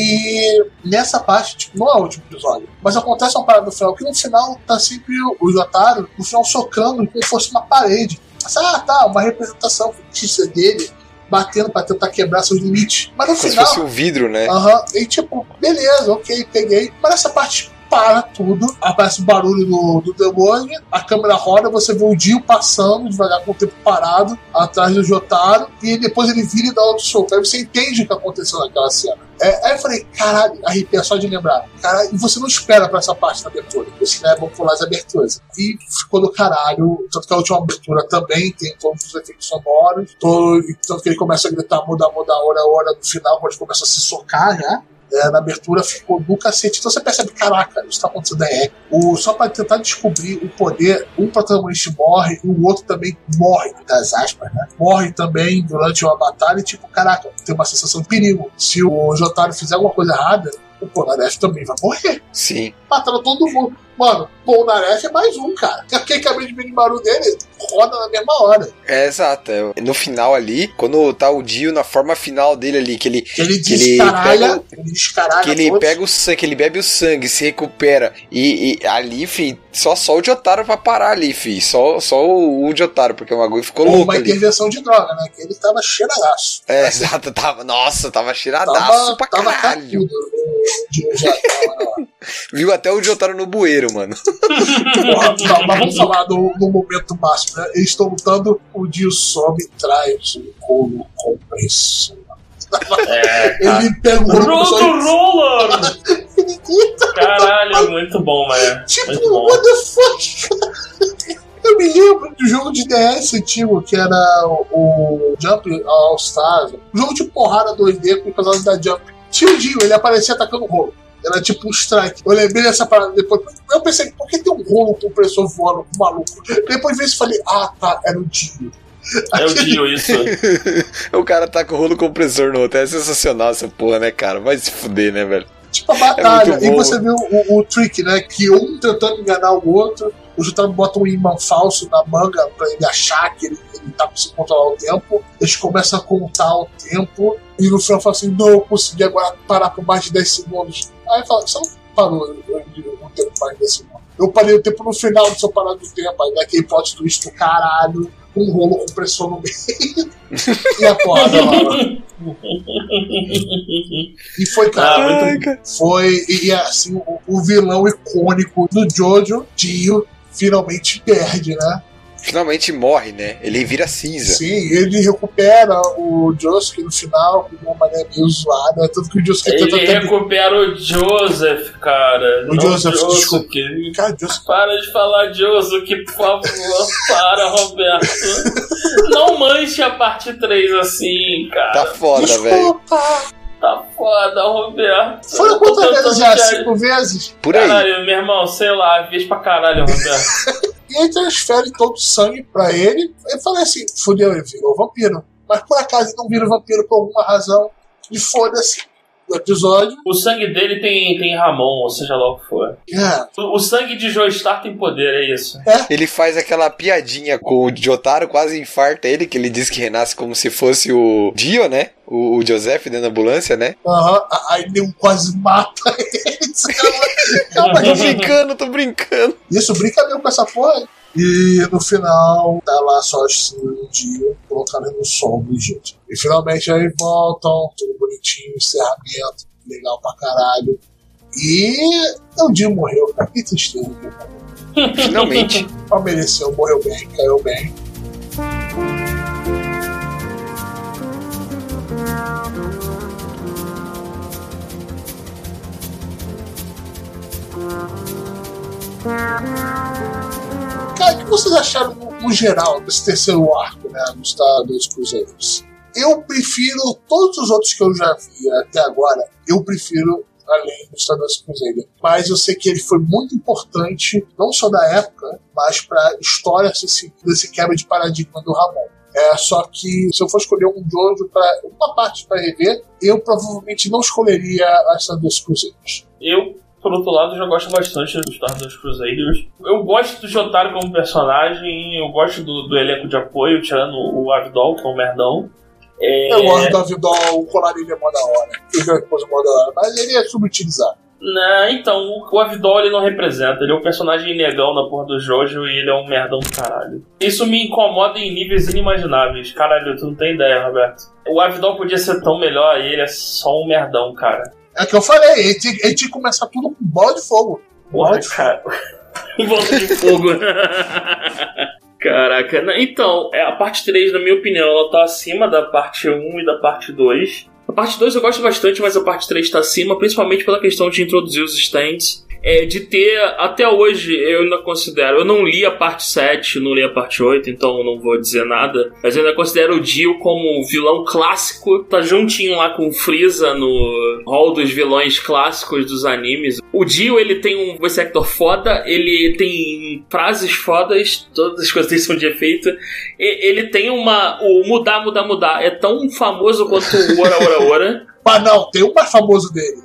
S1: E nessa parte, tipo, não é o último episódio, mas acontece uma parada no final, que no final tá sempre o Jotaro, no final socando como se fosse uma parede. Ah, tá, uma representação fictícia dele batendo pra tentar quebrar seus limites. Mas no
S2: Como
S1: final.
S2: se fosse um vidro, né?
S1: Aham, uh-huh, e tipo, beleza, ok, peguei. Mas essa parte para tudo, aparece o barulho do, do demônio, a câmera roda, você vê o Dio passando devagar com o tempo parado atrás do Jotaro, e depois ele vira e dá outro soco. Aí você entende o que aconteceu naquela cena. É, aí eu falei, caralho, arrepia só de lembrar. Caralho, e você não espera pra essa parte da abertura. Isso não é bom pular as aberturas. E ficou do caralho. Tanto que a última abertura também tem todos os efeitos sonoros. Todo, e tanto que ele começa a gritar, muda, muda, hora, hora no final, quando ele começa a se socar, né? É, na abertura ficou do cacete. Então você percebe, caraca, isso tá acontecendo é o Só pra tentar descobrir o poder, um protagonista morre e o outro também morre, das aspas, né? Morre também durante uma batalha e tipo, caraca, tem uma sensação de perigo. Se o Jotaro fizer alguma coisa errada, o Polnareff também vai morrer.
S2: Sim.
S1: Mataram todo mundo. Mano, Polnareff é mais um, cara. Quem acabei de ver de barulho dele, roda na mesma hora.
S2: É, exato. É. No final ali, quando tá o Dio na forma final dele ali, que ele...
S1: Que ele
S2: que
S1: descaralha,
S2: ele pega,
S1: ele descaralha
S2: que ele
S1: todos.
S2: pega o sangue, que ele bebe o sangue, se recupera. E, e ali, fi, só, só o Jotaro pra parar ali, fi. Só, só o, o Jotaro, porque o bagulho ficou
S1: Ou
S2: louco
S1: uma
S2: ali.
S1: intervenção de droga, né? Que ele tava cheiradaço.
S2: É, exato. Tava, nossa, tava cheiradaço
S1: Tava,
S2: pra
S1: tava
S2: caralho.
S1: cacudo, o Dio já tava lá.
S2: Viu até o Jotaro no bueiro, mano.
S1: Porra, não, mas vamos falar do, do momento máximo, né? Eles estão lutando, o Dio sobe e traz o rolo compressor.
S3: É,
S1: Ele pega o rolo compressor
S3: Roto Roller! Caralho, muito bom, velho.
S1: Tipo,
S3: Muito bom.
S1: what the fuck? Eu me lembro do jogo de D S antigo, que era o, o Jump All Stars. Um jogo de porrada dois D com o personagem da Jump. Tinha o Dio, ele aparecia atacando o rolo. Era tipo um strike. Eu lembrei dessa parada depois. Eu pensei, por que tem um rolo compressor voando com maluco? Depois vi isso e falei, ah tá, era o Dio.
S3: É o Dio, isso.
S2: O cara tá com o rolo compressor no outro. É sensacional essa porra, né, cara? Vai se fuder, né, velho?
S1: Tipo a batalha.
S2: É
S1: e você viu o, o trick, né? Que um tentando enganar o outro. O Jotaro bota um imã falso na manga pra ele achar que ele, ele tá conseguindo controlar o tempo. Eles começam a contar o tempo. E no final fala assim: não, eu consegui agora parar por mais de dez segundos. Aí fala: você não parou o tempo por mais de dez segundos. Eu parei o tempo no final do seu parar do tempo. Aí daquele plot twist do caralho. Um rolo compressor no meio. E a porrada lá. E foi, cara.
S3: Ah,
S1: muito, foi. E assim, o, o vilão icônico do Jojo, Dio, finalmente perde, né?
S2: Finalmente morre, né? Ele vira cinza.
S1: Sim, ele recupera o Josuke no final, com uma maneira meio zoada. Tanto que o Josuke
S3: Ele
S1: tenta até...
S3: recupera o Joseph, cara.
S1: O
S3: Não
S1: Joseph,
S3: Josuke.
S1: Cara, Josuke...
S3: Para de falar Josuke, por favor. Para, Roberto. Não manche a parte três assim, cara.
S2: Tá foda, velho.
S1: Desculpa.
S3: Tá foda, Roberto.
S1: Foi quantas vezes já? Cinco vezes?
S2: Por aí.
S3: Caralho, meu irmão, sei lá, vez pra caralho, Roberto.
S1: E aí transfere todo o sangue pra ele. Eu falei assim, fudeu, ele virou vampiro. Mas por acaso ele não vira vampiro por alguma razão. E foda-se no episódio.
S3: O sangue dele tem, tem Ramon, ou seja lá o que for.
S1: É.
S3: O, o sangue de Joestar tem poder, é isso.
S2: Ele faz aquela piadinha com o Jotaro, quase infarta ele, que ele diz que renasce como se fosse o Dio, né? O, o Joseph dentro da ambulância, né?
S1: Aham, uhum. Aí ele quase mata ele. Calma,
S2: tô brincando, tô brincando.
S1: Isso, brinca mesmo com essa porra aí. E no final, tá lá só assim, um dia, colocaram no sol do jeito. E finalmente aí voltam, tudo bonitinho, encerramento, legal pra caralho. E o dia morreu, cara, que tristeza.
S2: Finalmente.
S1: Mas mereceu, morreu bem, caiu bem. Cara, o que vocês acharam no, no geral desse terceiro arco, né, dos dos Cruzeiros? Eu prefiro todos os outros que eu já vi até agora, eu prefiro além do Stardust Crusader. Mas eu sei que ele foi muito importante, não só da época, mas para história desse, desse quebra de paradigma do Ramon. É, só que se eu for escolher um Jojo para uma parte para rever, eu provavelmente não escolheria a Stardust Crusaders.
S3: Eu, por outro lado, já gosto bastante do Stardust Crusaders. Eu gosto do Jotaro como personagem, eu gosto do, do elenco de apoio, tirando o Avidol, que é um merdão. É...
S1: Eu gosto do Avidol, o colarinho é mó da hora. Eu já pus o mó da hora, mas ele é subutilizado.
S3: Não, então, o Avidol ele não representa, ele é um personagem negão na porra do Jojo e ele é um merdão do caralho. Isso me incomoda em níveis inimagináveis. Caralho, tu não tem ideia, Roberto. O Avidol podia ser tão melhor e ele é só um merdão, cara.
S1: É que eu falei, ele tinha, ele tinha que começar tudo com bola de fogo.
S3: Porra, cara. Bola de fogo. Caraca, então, a parte três, na minha opinião, ela tá acima da parte um e da parte dois. A parte dois eu gosto bastante, mas a parte três tá acima, principalmente pela questão de introduzir os stands. É, de ter, até hoje, eu ainda considero, eu não li a parte sete, não li a parte oito, então eu não vou dizer nada, mas eu ainda considero o Dio como um vilão clássico, tá juntinho lá com o Frieza no hall dos vilões clássicos dos animes. O Dio, ele tem um voice actor foda, ele tem frases fodas, todas as coisas dele são de efeito, e, ele tem uma, o mudar, mudar, mudar, é tão famoso quanto o Ora, Ora, Ora.
S1: Mas não, tem o mais famoso dele.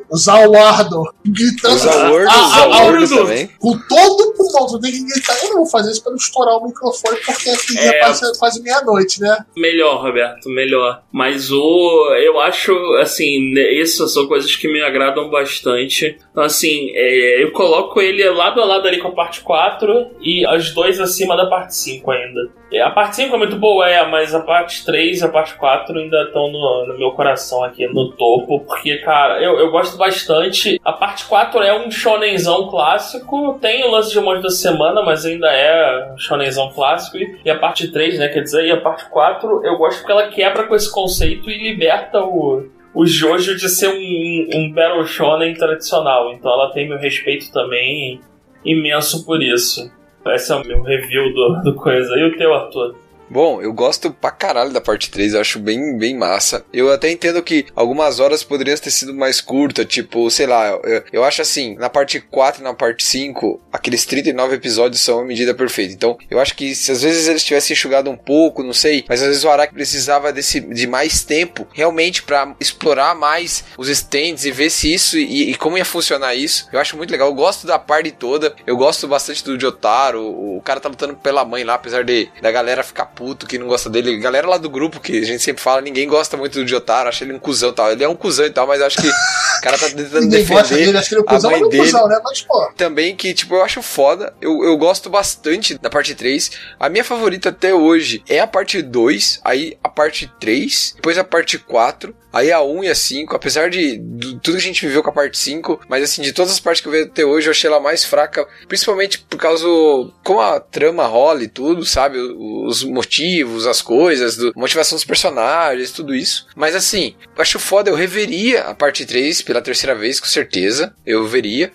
S1: O Zawardo gritando.
S2: O Zawardo, o Zawardo também.
S1: Com todo o pulmão, tu tem que gritar. Eu não vou fazer isso pra não estourar o microfone, porque aqui é, é quase, quase meia-noite, né?
S3: Melhor, Roberto, melhor. Mas o. Eu acho, assim, essas são coisas que me agradam bastante. Então, assim, é, eu coloco ele lado a lado ali com a parte quatro e as dois acima da parte cinco ainda. A parte cinco é muito boa, é, mas a parte três e a parte quatro ainda estão no, no meu coração aqui, no topo, porque, cara, eu, eu gosto bastante. A parte quatro é um shonenzão clássico, tem o lance de monte da semana, mas ainda é um shonenzão clássico. E, e a parte três, né, quer dizer, e a parte quatro eu gosto porque ela quebra com esse conceito e liberta o... o Jojo de ser um, um Battle Shonen tradicional. Então ela tem meu respeito também imenso por isso. Esse é o meu review do, do coisa. E o teu, Arthur?
S2: Bom, eu gosto pra caralho da parte três, eu acho bem, bem massa. Eu até entendo que algumas horas poderiam ter sido mais curta, tipo, sei lá, eu, eu acho assim, na parte quatro e na parte cinco, aqueles trinta e nove episódios são a medida perfeita. Então, eu acho que se às vezes eles tivessem enxugado um pouco, não sei, mas às vezes o Araki precisava desse, de mais tempo, realmente pra explorar mais os stands e ver se isso e, e como ia funcionar isso. Eu acho muito legal, eu gosto da parte toda, eu gosto bastante do Jotaro, o, o cara tá lutando pela mãe lá, apesar de da galera ficar puto, que não gosta dele. Galera lá do grupo, que a gente sempre fala, ninguém gosta muito do Jotaro, acha ele um cuzão e tal. Ele é um cuzão e tal, mas eu acho que o cara tá tentando defender dele, acho que ele é um cuzão, a mãe dele. Cuzão, né? Mas, pô. Também que, tipo, eu acho foda. Eu, eu gosto bastante da parte três. A minha favorita até hoje é a parte dois, aí a parte três, depois a parte quatro, aí a um e a cinco, apesar de, de tudo que a gente viveu com a parte cinco, mas assim, de todas as partes que eu vi até hoje, eu achei ela mais fraca, principalmente por causa do, como a trama rola e tudo, sabe, os motivos, as coisas, do, motivação dos personagens, tudo isso. Mas assim, eu acho foda, eu reveria a parte três pela terceira vez, com certeza, eu veria,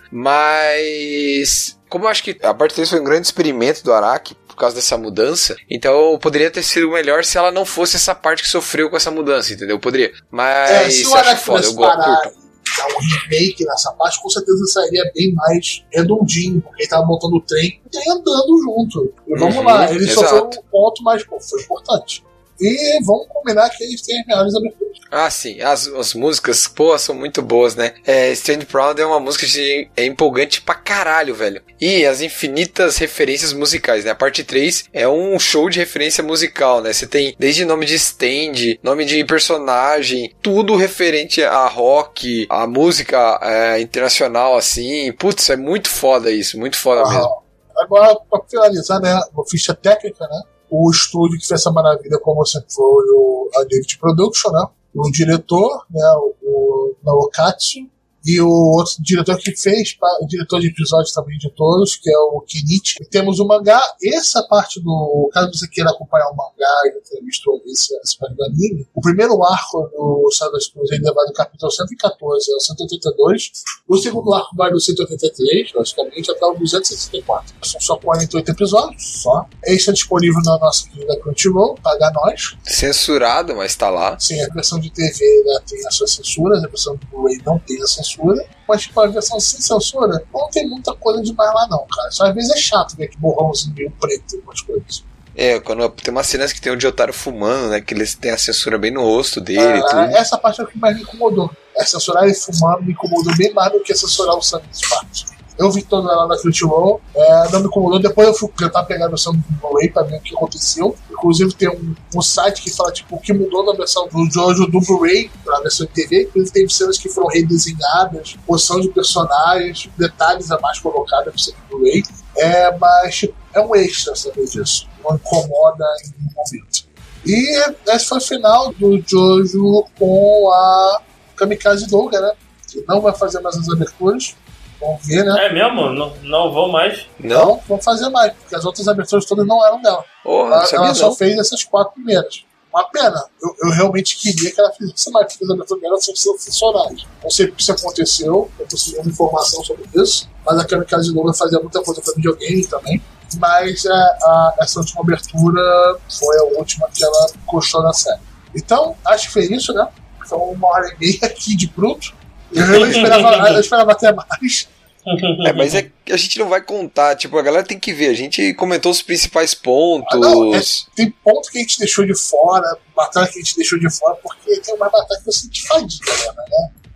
S2: mas como eu acho que a parte três foi um grande experimento do Araki, por causa dessa mudança, então poderia ter sido melhor se ela não fosse essa parte que sofreu com essa mudança, entendeu? Poderia. Mas é, se o
S1: eu acho foda, eu gosto. Dar um remake nessa parte, com certeza sairia bem mais redondinho, porque ele tava montando o trem e trem andando junto. E vamos uhum, lá, ele exato. Sofreu um ponto, mas pô, foi importante. E vamos combinar que eles têm as melhores aberturas.
S2: Ah, sim. As, as músicas, pô, são muito boas, né? É, Stand Proud é uma música de, é empolgante pra caralho, velho. E as infinitas referências musicais, né? A parte três é um show de referência musical, né? Você tem desde nome de stand, nome de personagem, tudo referente a rock, a música é, internacional, assim. Putz, é muito foda isso, muito foda ah, mesmo.
S1: Agora, pra finalizar, né? Uma ficha técnica, né? O estúdio que fez essa maravilha, como sempre foi o, a David Production, né? O diretor, né? O, o Naokatsu, e o outro diretor que fez, o diretor de episódios também de todos, que é o Kenichi. E temos o mangá, essa parte do... Caso você queira acompanhar o mangá e ter visto esse, esse parte do anime, o primeiro arco do Savage Cruz ainda vai do capítulo cento e catorze ao cento e oitenta e dois, o segundo arco vai do cento e oitenta e três, logicamente, até o duzentos e sessenta e quatro. São só quarenta e oito episódios, só. Esse está disponível na nossa querida Crunchyroll, paga nós.
S2: Censurado, mas tá lá.
S1: Sim, a versão de T V, né, tem as suas censuras, a versão do Blu-ray não tem a censura. Mas, tipo, a versão sem censura não tem muita coisa demais lá, não, cara. Só às vezes é chato ver aquele borrãozinho meio preto e umas coisas.
S2: É, quando tem umas cenas que tem o Jotaro fumando, né? Que eles têm a censura bem no rosto dele
S1: é,
S2: e tudo.
S1: Essa parte é o que mais me incomodou. É censurar ele fumando me incomodou bem mais do que censurar o sangue de parte. Eu vi toda ela na Crunchyroll, é, não me incomodou. Depois eu fui tentar pegar a versão do Blu-ray pra ver o que aconteceu. Inclusive tem um, um site que fala tipo, o que mudou na versão do Jojo do Blu-ray pra versão de T V. Inclusive tem cenas que foram redesenhadas, posição de personagens, detalhes a mais colocados pra ser do Blu-ray. É, mas tipo, é um extra saber disso. Não incomoda em nenhum momento. E esse foi o final do Jojo com a Kamikaze Douga, né? Que não vai fazer mais as aberturas. Vamos ver, né?
S3: É mesmo? Não, não vão mais?
S1: Não, não vão fazer mais, porque as outras aberturas todas não eram dela.
S2: Oh,
S1: ela ela só
S2: não.
S1: fez essas quatro primeiras. Uma pena. Eu, eu realmente queria que ela fizesse mais, porque as aberturas dela são sensacionais. Não sei se aconteceu, eu tô seguindo informação sobre isso, mas a Kamikaze Douga fazia muita coisa para videogame também. Mas é, a, essa última abertura foi a última que ela encostou na série. Então, acho que foi isso, né? Foi uma hora e meia aqui de bruto. Eu esperava, eu esperava até mais.
S2: É, mas é, a gente não vai contar, tipo, a galera tem que ver, a gente comentou os principais pontos. Ah,
S1: não, é, tem ponto que a gente deixou de fora, batalha que a gente deixou de fora, porque tem uma batalha que eu senti fadiga, né?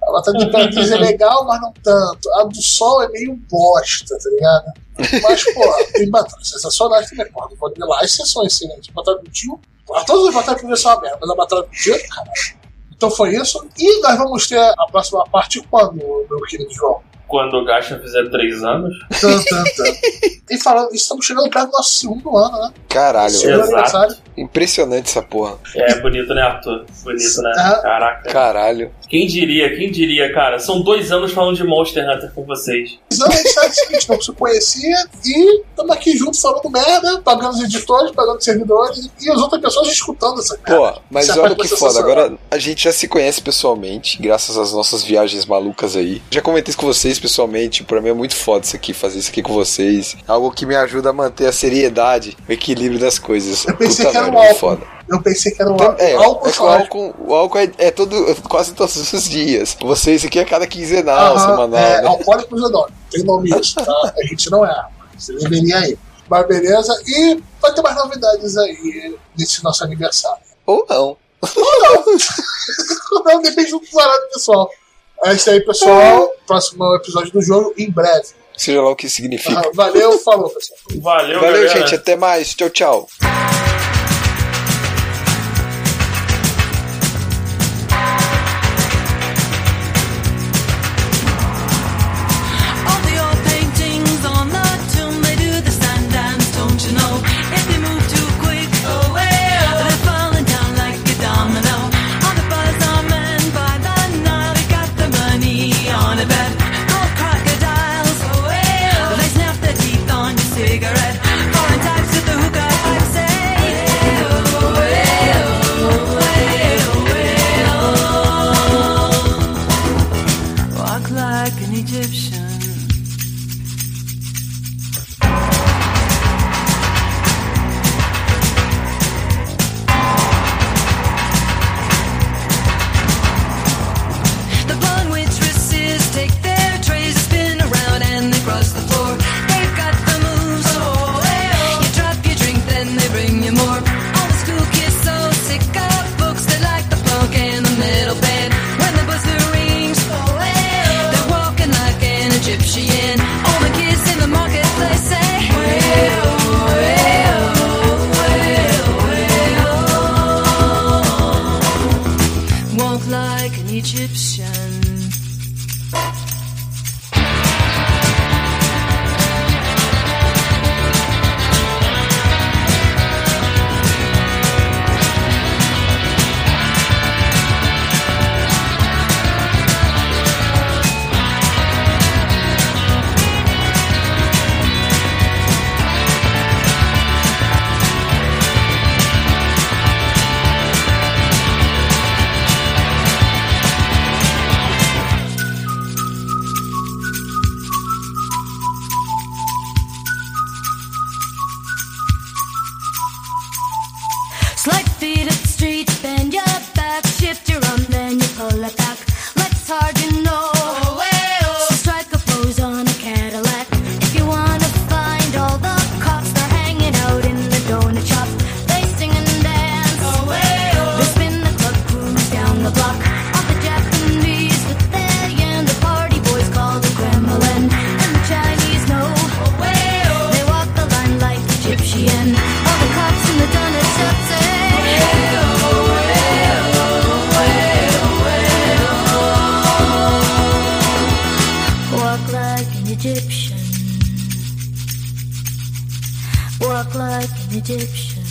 S1: A Batalha de Imperatriz é legal, mas não tanto. A do Sol é meio bosta, tá ligado? Mas, pô, tem batalhas sensacionais também. Porra, do Vanilla Ice são excelentes. A Batalha do Dio, todas as batalhas primeiro são uma merda, mas a Batalha do Dio, caralho. Então foi isso. E nós vamos ter a próxima parte quando, meu querido João?
S3: Quando o Gacha fizer três anos.
S1: Tum, tum, tum. E falando isso, estamos chegando perto do nosso segundo ano, né?
S2: Caralho,
S1: Segundo aniversário.
S2: Impressionante essa porra.
S3: É bonito, né, Arthur? Bonito, né?
S1: Uhum.
S3: Caraca.
S2: Caralho.
S3: Quem diria, quem diria, cara? São dois anos falando de Monster Hunter com vocês.
S1: Dois anos a gente sabe o seguinte, não se conhecia e estamos aqui juntos falando merda, pagando os editores, pagando os servidores e as outras pessoas escutando essa merda.
S2: Pô, mas
S1: Essa
S2: olha
S1: parte
S2: que
S1: foi
S2: foda,
S1: sensacional.
S2: agora a gente já se conhece pessoalmente, graças às nossas viagens malucas aí. Já comentei isso com vocês pessoalmente, pra mim é muito foda isso aqui, fazer isso aqui com vocês. Algo que me ajuda a manter a seriedade, o equilíbrio das coisas.
S1: Eu pensei
S2: Puta
S1: que era um
S2: merda, muito
S1: álcool.
S2: foda.
S1: Eu pensei que era um
S2: Então,
S1: álcool.
S2: é,
S1: álcool
S2: é que o
S1: só.
S2: álcool, o álcool é, é todo, quase todos os dias. Você, isso aqui é cada quinzenal,
S1: Aham,
S2: semanal,
S1: é,
S2: né?
S1: Alcoólicos Anônimos. Tem nome isso, tá? A gente não é. Você deveria ir. Mas beleza. E vai ter mais novidades aí nesse nosso aniversário.
S2: Ou não.
S1: Não, depende do parado pessoal. É isso aí, pessoal. Próximo episódio do jogo, em breve.
S2: Seja lá o que significa.
S1: Ah, valeu, falou, pessoal.
S3: Valeu,
S2: Valeu,
S3: galera.
S2: gente. Até mais. Tchau, tchau.
S5: All the old paintings on the tomb, they do the stand dance, don't you know? If they move too quick, oh well, they're falling down like a domino. On the bazaar man by the Nile, we got the money on a bet. Gold crocodiles, oh well, they snap their teeth on your cigarette. Foreign types with the hookah pipe say, oh well, oh well, oh well. Walk like an Egyptian. The blonde waitresses take their trays, spin around and they cross the floor. They've got the moves, oh well. You drop your drink, then they bring you more. All the school kids so sick of books, they like the punk and the metal band. When the buzzer rings, oh well, they're walking like an Egyptian. All the kids in the marketplace say, well, well, well, well. Walk like an Egyptian. Slight feet at the street, bend your back, shift your arm, then you pull it back. Let's hard, you know. So strike a pose on a Cadillac. If you wanna find all the cops, they're hanging out in the donut shop. They sing and dance. They spin the club, cruise down the block. All the Japanese with their yen, the party boys call the Kremlin, and the Chinese know. They walk the line like Egyptian. All the cops in the donut shop say, walk like an Egyptian. Walk like an Egyptian.